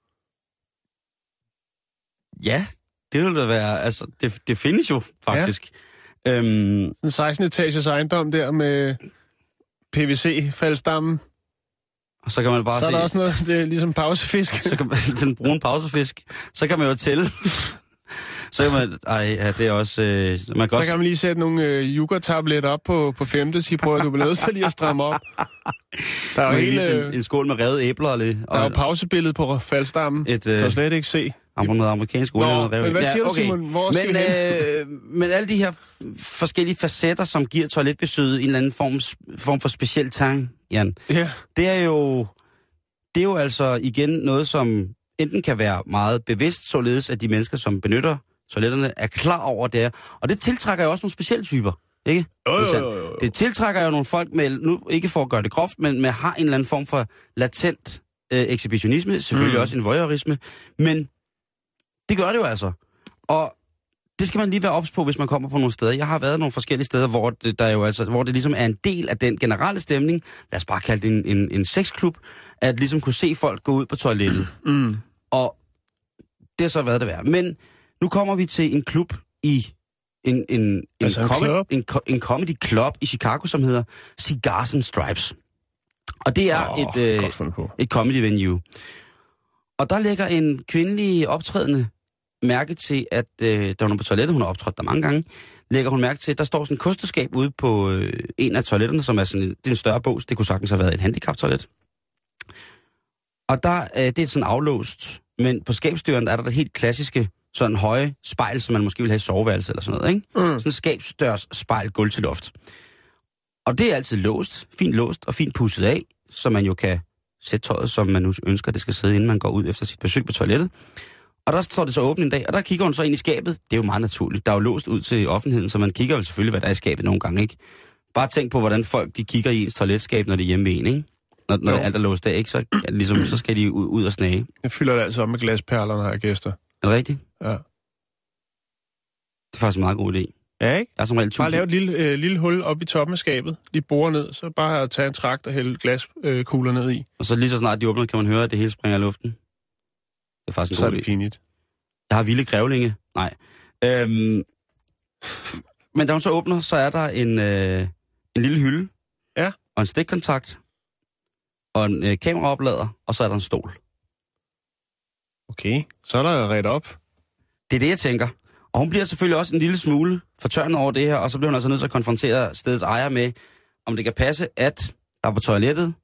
Ja, det vil da være... Altså, det findes jo faktisk. Ja. En 16-etages ejendom der med PVC-faldstammen. Og så kan man bare så er der også noget, det er ligesom pausefisk. Så kan man, den brune pausefisk. Så kan man jo tælle. Så kan man... det er også... man kan så kan man lige sætte nogle yoghurt-tabletter op på 5. Så prøver du nødt til lige at stramme op. Der er jo hele... en skål med revet æbler. Der er jo pausebillede på faldstammen. Kan slet ikke se. Noget amerikansk olie. Men hvad siger du, Simon? Hvor skal vi hen? Men alle de her forskellige facetter, som giver toiletbesøget en eller anden form for speciel tang, Jan, det er jo altså igen noget, som enten kan være meget bevidst, således at de mennesker, som benytter toiletterne, er klar over det. Og det tiltrækker jo også nogle specielle typer, ikke? Jo. Det tiltrækker jo nogle folk med, nu ikke for at gøre det groft, men med har en eller anden form for latent ekshibitionisme, selvfølgelig også en voyeurisme, men det gør det jo altså. Og det skal man lige være ops på, hvis man kommer på nogle steder. Jeg har været nogle forskellige steder, hvor det ligesom er en del af den generelle stemning. Lad os bare kalde det en sexklub, at ligesom kunne se folk gå ud på toilettet. Og det har så været det værd. Men nu kommer vi til en klub i en comedy club i Chicago, som hedder Cigars and Stripes. Og det er et comedy venue. Og der lægger en kvindelig optrædende mærke til, at da hun er på toilettet, hun har optrådt der mange gange, lægger hun mærke til, at der står sådan et kosteskab ude på en af toiletterne, som er sådan det er en større bås. Det kunne sagtens have været et handicaptoilet. Og det er sådan aflåst, men på skabsdøren er der det helt klassiske, sådan høje spejl, som man måske vil have i soveværelse eller sådan noget, ikke? Sådan en skabsdørs spejl, gulv til loft. Og det er altid låst og fint pudset af, så man jo kan sætte tøjet, som man nu ønsker, det skal sidde, inden man går ud efter sit besøg på toilettet. Og der står det så åbent en dag, og der kigger hun så ind i skabet. Det er jo meget naturligt. Der er jo låst ud til offentligheden, så man kigger jo selvfølgelig, hvad der er i skabet nogle gange, ikke? Bare tænk på, hvordan folk de kigger i ens toiletskab, når de er hjemme ved en, ikke? Når alt er låst af, ikke? Så skal de ud og snage. Jeg fylder det altså op med glasperler, når jeg har gæster. Er det rigtigt? Ja. Det er faktisk en meget god idé. Ja, ikke? Jeg er som regel bare lave et lille hul op i toppen af skabet. De borer ned, så bare at tage en trakt og hælde glaskugler ned i. Og så lige så snart de åbner, kan man høre, at det hele springer i luften. Det er faktisk en god idé. Så er det pinligt. Jeg har vilde grævlinge. Nej. Men da hun så åbner, så er der en lille hylde. Ja. Og en stikkontakt. Og en kameraoplader. Og så er der en stol. Okay, så er der ret op. Det er det, jeg tænker. Og hun bliver selvfølgelig også en lille smule fortørnet over det her, og så bliver hun altså nødt til at konfrontere stedets ejer med, om det kan passe, at der på toilettet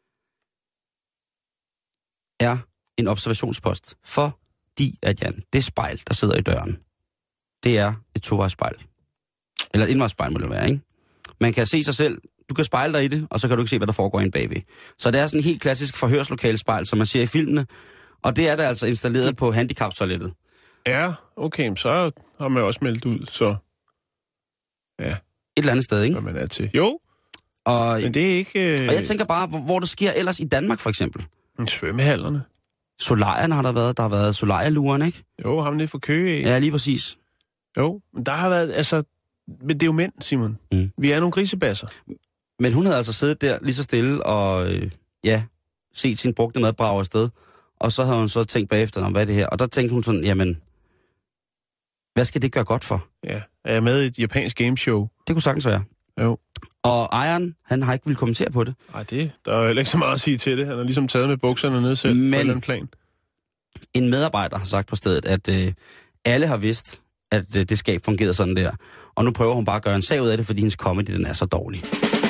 er en observationspost. Fordi at, Jan, det spejl, der sidder i døren, det er et tovejsspejl. Eller et indvejsspejl må det være, ikke? Man kan se sig selv, du kan spejle dig i det, og så kan du ikke se, hvad der foregår inde bagved. Så det er sådan en helt klassisk forhørslokalspejl, som man ser i filmene, og det er der altså installeret på handicaptoilettet. Ja, okay, så har man også meldt ud, så ja. Et eller andet sted, ikke? Hvad man er til. Jo, men det er ikke... Og jeg tænker bare, hvor det sker ellers i Danmark, for eksempel. Svømmehallerne. Solarierne har der været. Der har været solarieluren, ikke? Jo, ham nede for Køge. Ja, lige præcis. Jo, men der har været, altså... Men det er jo mænd, Simon. Vi er nogle grisebasser. Men hun havde altså siddet der lige så stille og, set sin brugte mad brage afsted. Og så havde hun så tænkt bagefter, hvad er det her? Og der tænkte hun sådan, jamen, hvad skal det gøre godt for? Ja, er jeg med i et japansk gameshow? Det kunne sagtens være. Jo. Og ejeren, han har ikke ville kommentere på det. Nej, der er jo ikke så meget at sige til det. Han har ligesom taget med bukserne ned selv på en eller anden plan. En medarbejder har sagt på stedet, at alle har vidst, at det skab fungerede sådan der. Og nu prøver hun bare at gøre en sag ud af det, fordi hendes comedy, den er så dårlig.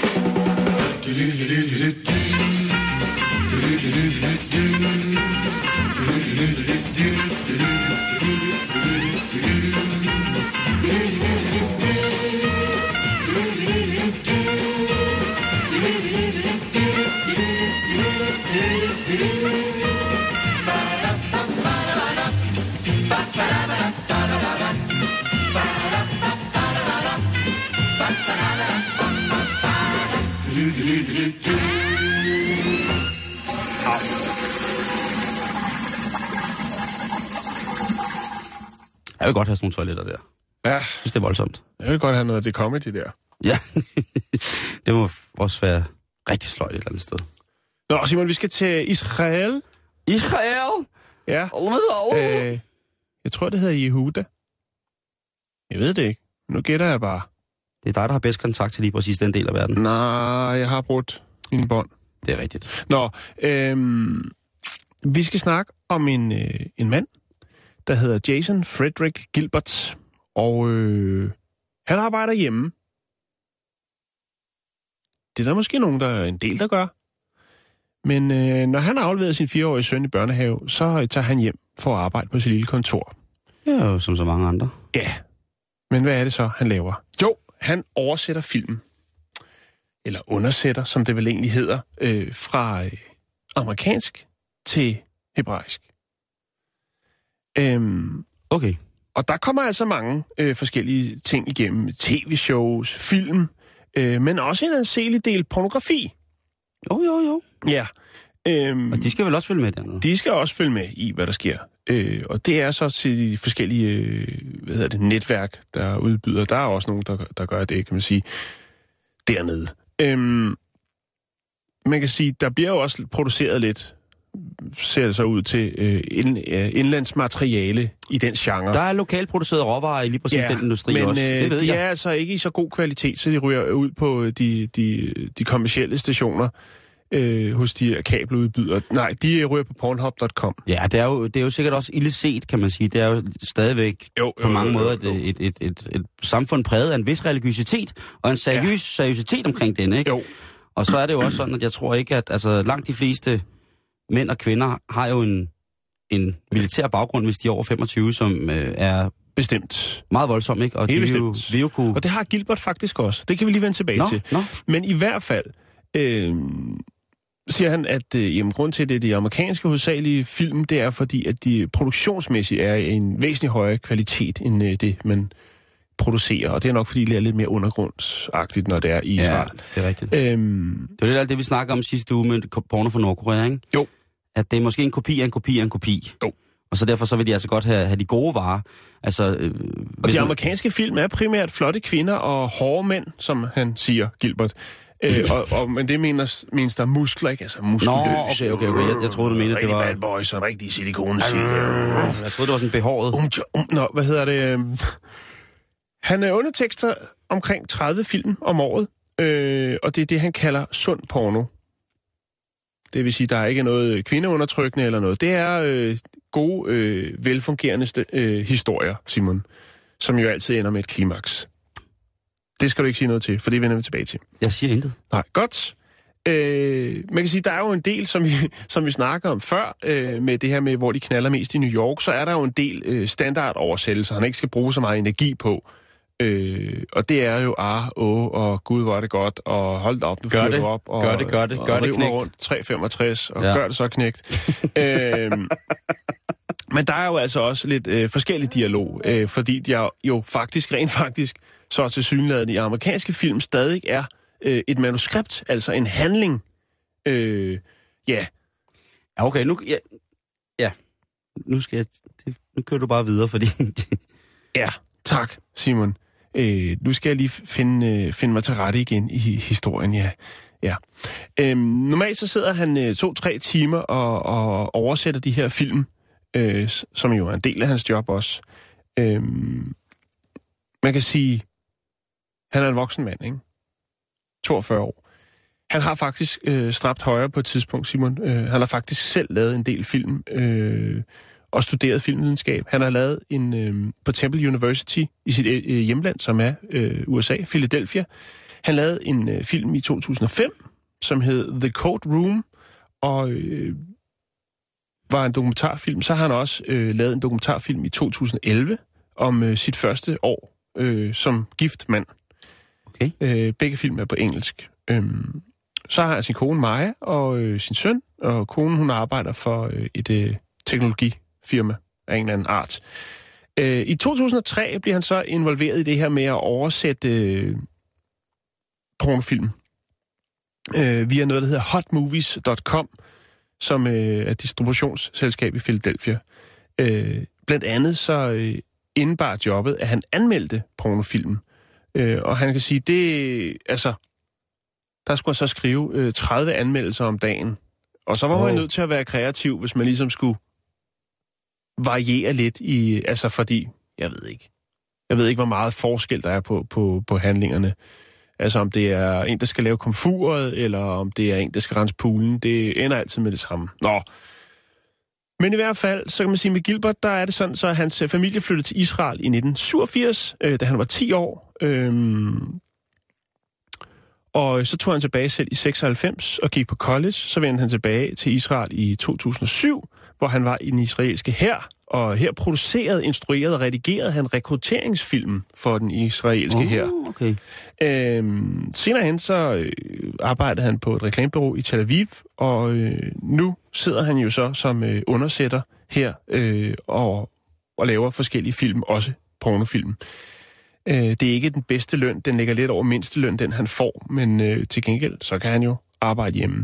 Jeg vil godt have sådan nogle toiletter der. Ja. Jeg synes, det er voldsomt. Jeg vil godt have noget af det comedy der. Ja, det må også være rigtig sløjt et eller andet sted. Nå, Simon, vi skal til Israel. Israel? Ja. Jeg tror, det hedder Yehuda. Jeg ved det ikke. Nu gætter jeg bare. Det er dig, der har bedst kontakt til lige præcis den del af verden. Nej, jeg har brugt mine bånd. Det er rigtigt. Nå, vi skal snakke om en mand, der hedder Jason Frederick Gilbert. Og han arbejder hjemme. Det er der måske nogen, der er en del, der gør. Men når han har afleveret sin 4-årige søn i børnehave, så tager han hjem for at arbejde på sit lille kontor. Ja, som så mange andre. Ja, men hvad er det så, han laver? Jo, han oversætter film. Eller undersætter, som det vel egentlig hedder, fra amerikansk til hebraisk. Okay. Og der kommer altså mange forskellige ting igennem. TV-shows, film, men også en anselig del pornografi. Jo. Ja. Og de skal vel også følge med dernede? De skal også følge med i, hvad der sker. Og det er så til de forskellige netværk, der udbyder. Der er også nogen, der gør det, kan man sige, dernede. Man kan sige, der bliver jo også produceret lidt ser det så ud til indlandsmateriale i den genre. Der er lokalt produceret råvarer i lige præcis den industri men, også. Det ved de jeg. er altså ikke i så god kvalitet, så de ryger ud på de kommercielle stationer hos de her kabeludbydere. Nej, de ryger på Pornhub.com. Ja, det er jo sikkert også ildeset, kan man sige. Det er jo stadigvæk på mange måder et samfund præget af en vis religiøsitet, og en seriøsitet omkring den, ikke? Jo. Og så er det jo også sådan, at jeg tror ikke, at langt de fleste mænd og kvinder har jo en militær baggrund, hvis de er over 25, som er bestemt meget voldsom, ikke? Og helt de bestemt. vil jo kunne... Og det har Gilbert faktisk også. Det kan vi lige vende tilbage til. Men i hvert fald siger han, at grund til, at det er de amerikanske hovedsagelige film, det er fordi, at de produktionsmæssigt er i en væsentlig højere kvalitet, end det, man producerer. Og det er nok, fordi det er lidt mere undergrundsagtigt, når det er i Israel. Ja, det er rigtigt. Det er lidt alt det, vi snakker om sidste uge med porno fra Nordkorea, ikke? Jo. At det er måske en kopi af en kopi af en kopi. Jo. Og så derfor så vil de altså godt have de gode varer. Altså, og de amerikanske film er primært flotte kvinder og hårde mænd, som han siger, Gilbert. Men det menes der muskler, ikke? Altså muskuløs. Nå, okay. Jeg troede, du mente, det var... Bad boys og rigtig silikone. Jeg troede, det var sådan behåret. Hvad hedder det? Han undertekster omkring 30 film om året, og det er det, han kalder sund porno. Det vil sige, der er ikke noget kvindeundertrykkende eller noget. Det er gode, velfungerende historier, Simon, som jo altid ender med et klimaks. Det skal du ikke sige noget til, for det vender vi tilbage til. Jeg siger intet. Nej, godt. Man kan sige, der er jo en del, som vi snakker om før, med det her med, hvor de knaller mest i New York, så er der jo en del standardoversættelser, han ikke skal bruge så meget energi på. Og det er jo og gud, hvor er det godt, og hold da op, nu fyrer du op. Og, gør det, knægt. Rundt 365, og gør det så knægt. Men der er jo altså også lidt forskellig dialog, fordi de er jo rent faktisk, så tilsyneladende i amerikanske film stadig er et manuskript, altså en handling. Okay, nu skal nu kører du bare videre, fordi... Ja, tak, Simon. Nu skal jeg lige finde mig til rette igen i historien, ja. Normalt så sidder han 2-3 timer og oversætter de her film, som jo er en del af hans job også. Man kan sige, han er en voksen mand, ikke? 42 år. Han har faktisk stræbt højere på et tidspunkt, Simon. Han har faktisk selv lavet en del film og studeret filmvidenskab. Han har lavet en på Temple University i sit hjemland, som er USA, Philadelphia. Han lavede en film i 2005, som hed The Courtroom, og var en dokumentarfilm. Så har han også lavet en dokumentarfilm i 2011 om sit første år som gift mand. Okay. Begge film er på engelsk. Så har han sin kone Maja og sin søn, og konen hun arbejder for et teknologifirma af en eller anden art. I 2003 bliver han så involveret i det her med at oversætte pornofilm via noget, der hedder hotmovies.com, som er et distributionsselskab i Philadelphia. Blandt andet så indebar jobbet, at han anmeldte pornofilm. Og han kan sige, der skulle han så skrive 30 anmeldelser om dagen. Og så var man nødt til at være kreativ, hvis man ligesom skulle variere lidt i, fordi, jeg ved ikke, hvor meget forskel der er på handlingerne. Altså om det er en, der skal lave komfuret, eller om det er en, der skal rense poolen. Det ender altid med det samme. Nå. Men i hvert fald, så kan man sige med Gilbert, der er det sådan, så hans familie flyttede til Israel i 1987, da han var 10 år. Og så tog han tilbage selv i 96 og gik på college. Så vendte han tilbage til Israel i 2007, hvor han var i den israelske hær. Og her producerede, instruerede og redigerede han rekrutteringsfilm for den israelske hær. Okay. Senere hen så arbejdede han på et reklamebureau i Tel Aviv, og nu sidder han jo så som undersætter her og laver forskellige film, også pornofilm. Det er ikke den bedste løn, den ligger lidt over mindsteløn, den han får, men til gengæld så kan han jo arbejde hjemme.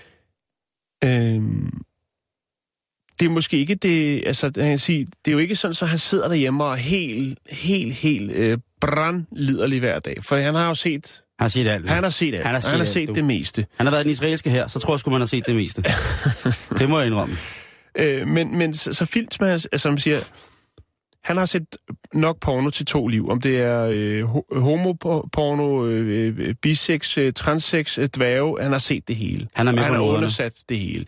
Det er måske ikke det, altså jeg kan sige, det er jo ikke sådan, så han sidder derhjemme og helt brandliderlig hver dag. For han har jo set... Han har set alt. Han har set det meste. Han har været den israelske her, så tror jeg sgu, man har set det meste. Det må jeg indrømme. Men så Filtman, som siger, han har set nok porno til 2 liv. Om det er homoporno, bisex, transsex, dværge, han har set det hele. Han har undersat det hele.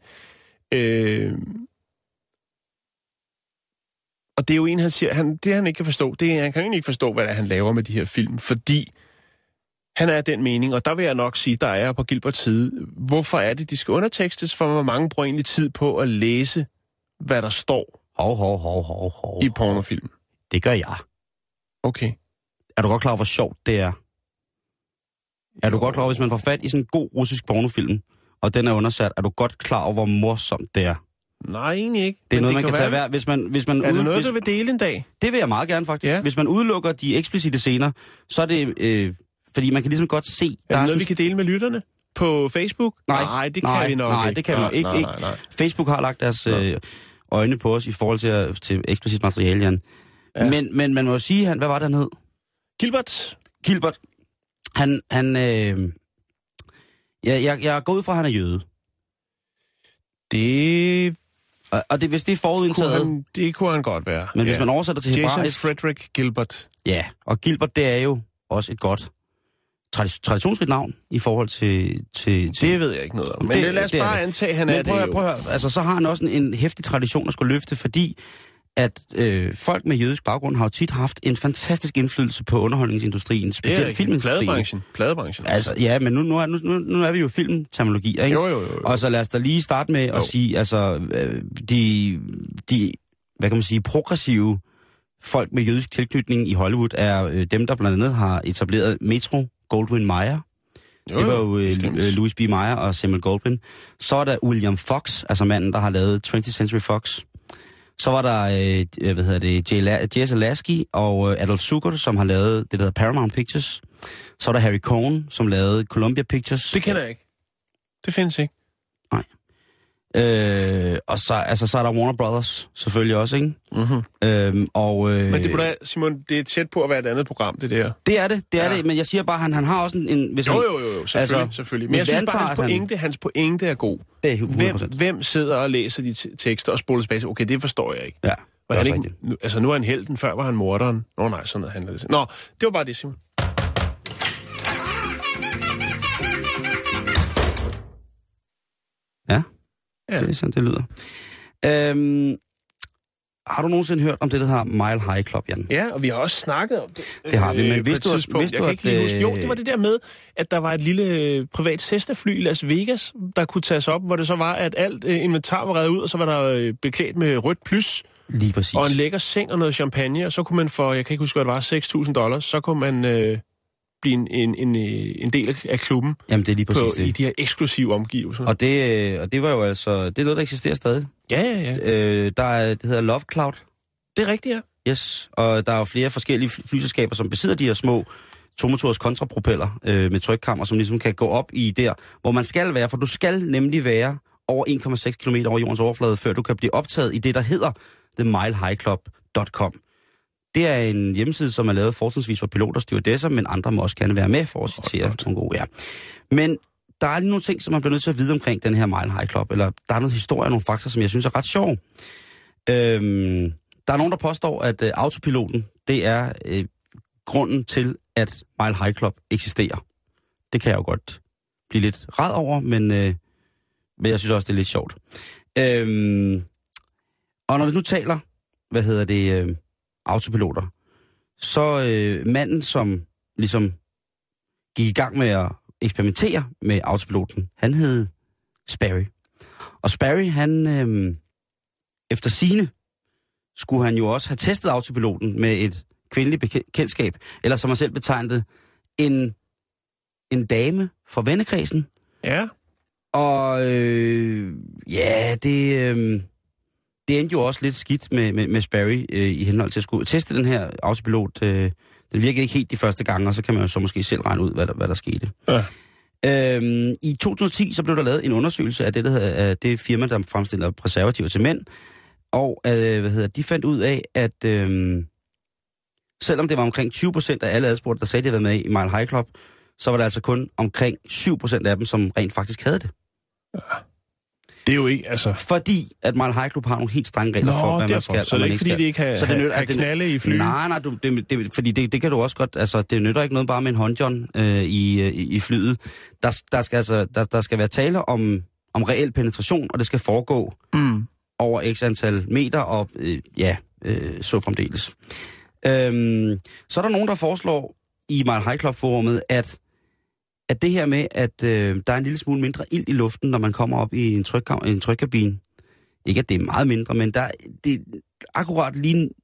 Og det er jo en, han siger, det han ikke kan forstå, han kan jo ikke forstå, hvad det er, han laver med de her film, fordi han er af den mening, og der vil jeg nok sige, der er jeg på Gilberts side. Hvorfor er det, de skal undertekstes? For hvor mange bruger egentlig tid på at læse, hvad der står i pornofilm? Det gør jeg. Okay. Er du godt klar over, hvor sjovt det er? Er du godt klar over, hvis man får fat i sådan en god russisk pornofilm, og den er undersat, er du godt klar over, hvor morsomt det er? Nej, egentlig ikke. Det er noget, man kan tage hver... Hvis man er det noget, du vil dele en dag? Det vil jeg meget gerne, faktisk. Ja. Hvis man udelukker de eksplicite scener, så er det... fordi man kan ligesom godt se... Er det noget, vi kan dele med lytterne? På Facebook? Nej, det kan vi nok ikke. Nej, det kan vi nok ikke. Nej. Facebook har lagt deres øjne på os i forhold til eksplicit materiale, Jan. Ja. Men man må jo sige, hvad var det, han hed? Gilbert. Jeg går ud fra, at han er jøde. Det... Og hvis det er forudindtaget... Det kunne han godt være. Men hvis man oversætter til hebraisk... Jason Frederick Gilbert. Ja, og Gilbert, det er jo også et godt traditionsrigt navn i forhold til... Det ved jeg ikke noget om. Men lad os bare antage, han er det jo. Prøv at høre, altså så har han også en heftig tradition at skulle løfte, fordi at folk med jødisk baggrund har jo tit haft en fantastisk indflydelse på underholdningsindustrien, specielt filmindustrien. Pladebranchen. Altså, ja, men nu er vi jo filmterminologier, ikke? Jo. Og så lad os da lige starte med at sige, altså, de hvad kan man sige, progressive folk med jødisk tilknytning i Hollywood er dem, der blandt andet har etableret Metro Goldwyn Mayer. Det var jo Louis B. Mayer og Samuel Goldwyn. Så er der William Fox, altså manden, der har lavet 20th Century Fox. Så var der, J.S. Lasky og Adolf Zucker, som har lavet det, der hedder Paramount Pictures. Så er der Harry Cohn, som lavede Columbia Pictures. Det kender jeg ikke. Det findes ikke. Nej. Og så er der Warner Brothers selvfølgelig også, ikke? Mm-hmm. Men det, Simon, det er tæt på at være et andet program, det der. Det er det, men jeg siger bare, han har også en... Hvis jo, selvfølgelig. Men jeg synes bare, hans pointe er god. Det er 100%. Hvem sidder og læser de tekster og spoler tilbage? Okay, det forstår jeg ikke. Ja, det er ikke, nu er han helten, før var han morderen. Nej, sådan noget handler det. Nå, det var bare det, Simon. Ja. Det er sådan, det lyder. Har du nogensinde hørt om det, der hedder Mile High Club, Jan? Ja, og vi har også snakket om det. Det har vi, men vidste du, jeg kan ikke lige huske. Jo, det var det der med, at der var et lille privat Cessna-fly i Las Vegas, der kunne tages op, hvor det så var, at alt inventar var reddet ud, og så var der beklædt med rødt plus. Lige præcis. Og en lækker seng og noget champagne, og så kunne man for, jeg kan ikke huske, hvad det var, $6,000, så kunne man... blive en del af klubben. Jamen, det er lige præcis det. I de her eksklusive omgivelser. Og det var jo altså... Det er noget, der eksisterer stadig. Ja. Det hedder Love Cloud. Det er rigtigt, ja. Yes, og der er jo flere forskellige flyselskaber, som besidder de her små tomotors kontrapropeller med trykkammer, som ligesom kan gå op i der, hvor man skal være. For du skal nemlig være over 1,6 km over jordens overflade, før du kan blive optaget i det, der hedder themilehighclub.com. Det er en hjemmeside, som er lavet fortrinsvis for piloter og stewardesser, men andre må også gerne være med for at citere nogle gode. Ja. Men der er lige nogle ting, som man bliver nødt til at vide omkring den her Mile High Club, eller der er noget historie og nogle fakta, som jeg synes er ret sjov. Der er nogen, der påstår, at autopiloten, det er grunden til, at Mile High Club eksisterer. Det kan jeg jo godt blive lidt rad over, men jeg synes også, det er lidt sjovt. Og når vi nu taler, autopiloter, så manden, som ligesom gik i gang med at eksperimentere med autopiloten, han hed Sperry. Og Sperry, han efter sigende, skulle han jo også have testet autopiloten med et kvindeligt bekendtskab, eller som han selv betegnede, en dame fra vennekredsen. Ja. Og det endte jo også lidt skidt med Sperry i henhold til at skulle teste den her autopilot. Den virkede ikke helt de første gange, og så kan man jo så måske selv regne ud, hvad der skete. Ja. I 2010 så blev der lavet en undersøgelse af det firma, der fremstiller preservativer til mænd. Og de fandt ud af, at selvom det var omkring 20% af alle adspurgte, der sagde, de havde været med i Mile High Club, så var der altså kun omkring 7% af dem, som rent faktisk havde det. Ja. Det er jo ikke, altså... Fordi at Mile High Club har nogle helt strenge regler for, hvad man skal. Så det er ikke, fordi de ikke har knalde i fly? Nej, fordi det kan du også godt... Altså, det nytter ikke noget bare med en håndjohn i flyet. Der skal være tale om reel penetration, og det skal foregå over x antal meter, og så fremdeles. Så er der nogen, der foreslår i Mile High Club-forummet, at det her med, at der er en lille smule mindre ilt i luften, når man kommer op i en trykkabine. Ikke at det er meget mindre, men det er akkurat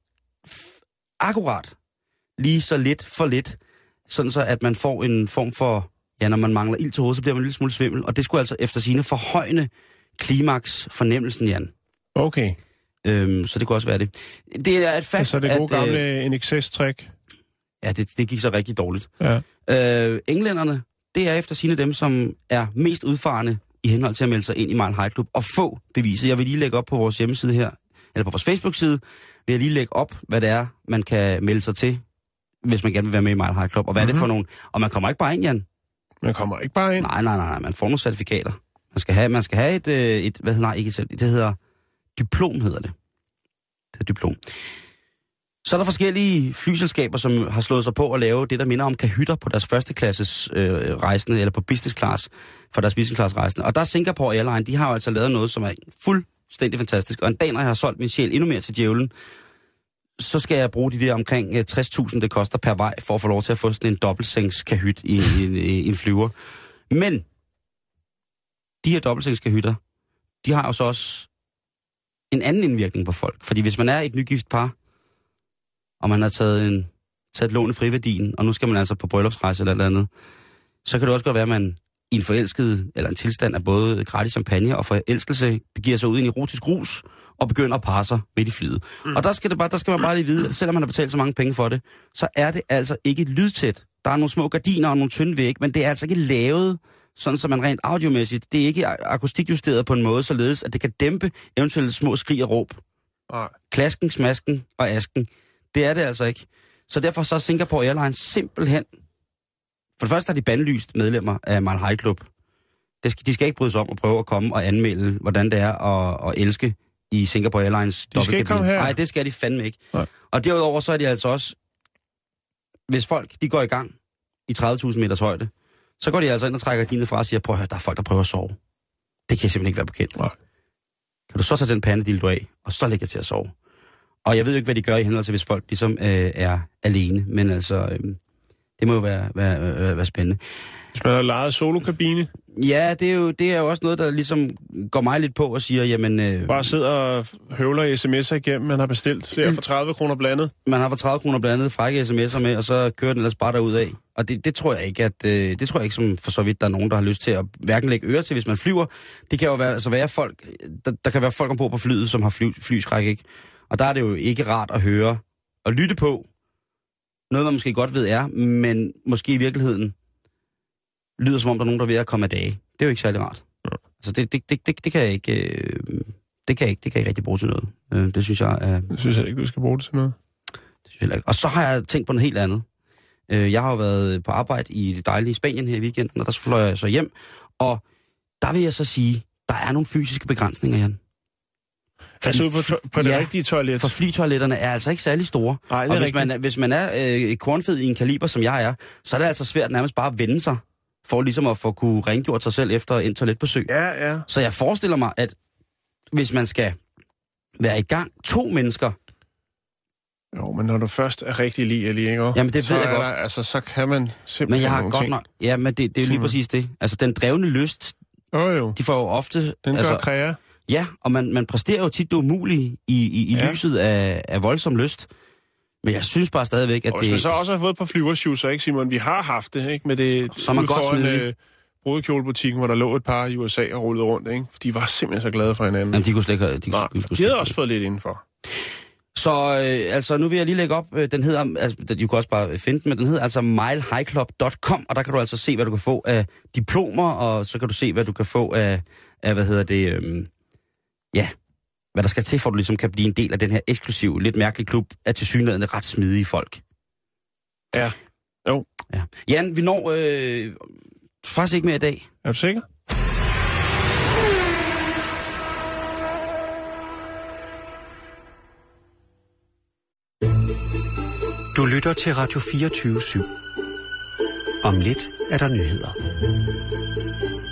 lige så lidt for lidt, sådan så at man får en form for, når man mangler ilt til hovedet, så bliver man en lille smule svimmel. Og det skulle altså efter sine forhøjende klimaks fornemmelsen, Jan. Okay. Så det kunne også være det. Det er et fakt, altså det gode gamle NXS-træk? Ja, det gik så rigtig dårligt. Ja. Englænderne, det er efter sine dem, som er mest udfarende i henhold til at melde sig ind i Mile High Club og få beviser. Jeg vil lige lægge op på vores hjemmeside her, eller på vores Facebook-side, vil jeg lige lægge op, hvad det er, man kan melde sig til, hvis man gerne vil være med i Mile High Club. Og hvad er det for nogen? Og man kommer ikke bare ind, Jan. Man kommer ikke bare ind? Nej, man får nogle certifikater. Man skal have et hvad hedder, ikke et, det hedder diplom, hedder det. Det er diplom. Så er der forskellige flyselskaber, som har slået sig på at lave det, der minder om kahytter på deres førsteklasses rejsende, eller på business class, for deres business class rejsende. Og der er Singapore Airlines, de har jo altså lavet noget, som er fuldstændig fantastisk. Og en dag, når jeg har solgt min sjæl endnu mere til djævlen, så skal jeg bruge de der omkring 60.000, det koster per vej, for at få lov til at få sådan en dobbeltsengskahyt i en flyver. Men de her dobbeltsengskahytter, de har jo så også en anden indvirkning på folk. Fordi hvis man er et nygift par, og man har taget et lån i friværdien, og nu skal man altså på bryllupsrejse eller andet, så kan det også godt være, at man i en forelsket, eller en tilstand af både gratis champagne og forelskelse, begiver sig ud i en erotisk rus, og begynder at parre sig midt i flyet. Og der skal man bare lige vide, at selvom man har betalt så mange penge for det, så er det altså ikke lydtæt. Der er nogle små gardiner og nogle tynde væg, men det er altså ikke lavet, sådan som man rent audiomæssigt, det er ikke akustikjusteret på en måde, således at det kan dæmpe eventuelle små skrig og råb. Klasken, smasken og asken. Det er det altså ikke. Så derfor så er Singapore Airlines simpelthen... For det første er de bandlyst medlemmer af Mile High Club. De skal ikke bryde sig om at prøve at komme og anmelde, hvordan det er at elske i Singapore Airlines dobbeltkabine. De skal ikke komme her? Nej, det skal de fandme ikke. Nej. Og derudover så er de altså også... Hvis folk de går i gang i 30.000 meters højde, så går de altså ind og trækker gardiner fra og siger, prøv at høre, der er folk, der prøver at sove. Det kan jeg simpelthen ikke være bekendt. Nej. Kan du så tage den pandedildo af, og så lægge til at sove? Og jeg ved jo ikke, hvad de gør i henhold til, hvis folk ligesom er alene. Men altså, det må jo være spændende. Hvis man har lejet solokabine? Ja, det er jo også noget, der ligesom går mig lidt på og siger, jamen... Bare sidder og høvler sms'er igennem, man har bestilt flere for 30 kroner blandet. Man har for 30 kroner blandet, frække sms'er med, og så kører den ellers bare derudad. Og det tror jeg ikke, det tror jeg ikke, som for så vidt, der er nogen, der har lyst til at hverken lægge øre til, hvis man flyver. Det kan jo være folk, der kan være folk ombord på flyet, som har flyskræk, ikke? Og der er det jo ikke rart at høre og lytte på noget, man måske godt ved er, men måske i virkeligheden lyder som om, der er nogen, der er ved at komme af dage. Det er jo ikke særlig rart. Ja. Altså det kan jeg ikke... Det kan jeg ikke rigtig bruge til noget. Det synes jeg er... Jeg synes ikke, du skal bruge det til noget. Det synes jeg ikke. Og så har jeg tænkt på noget helt andet. Jeg har jo været på arbejde i det dejlige Spanien her i weekenden, og der fløj jeg så hjem. Og der vil jeg så sige, der er nogle fysiske begrænsninger, Jan. Altså på det rigtige toilet? For flytoiletterne er altså ikke særlig store. Ej, og hvis man er kornfed i en kaliber, som jeg er, så er det altså svært nærmest bare at vende sig, for ligesom at få kunne rengjort sig selv efter en toiletbesøg. Ja. Så jeg forestiller mig, at hvis man skal være i gang 2 mennesker... Jo, men når du først er rigtig lige, ikke? Jamen, det ved jeg godt. Altså, så kan man simpelthen men jeg har godt nok... Ja, men det er jo lige præcis det. Altså, den drevne lyst, jo. De får jo ofte... Den gør kræger. Ja, og man præsterer jo tit det umulige i lyset af voldsom lyst. Men jeg synes bare stadigvæk, at og hvis man så også har fået et par flyvershoes, så ikke, Simon? Vi har haft det, ikke? Med det så man godt foran brudekjolebutikken, hvor der lå et par i USA og rullede rundt, ikke? De var simpelthen så glade for hinanden. Jamen, de kunne slet ikke... De havde også fået lidt indenfor. Så altså, nu vil jeg lige lægge op, den hedder, altså, du kan også bare finde den, men den hedder altså milehighclub.com, og der kan du altså se, hvad du kan få af diplomer, og så kan du se, hvad du kan få af hvad der skal til, for at du ligesom kan blive en del af den her eksklusive, lidt mærkelige klub af tilsyneladende ret smidige folk. Ja. Jo. Ja. Jan, vi når faktisk ikke mere i dag. Er du sikker? Du lytter til Radio 24/7. Om lidt er der nyheder.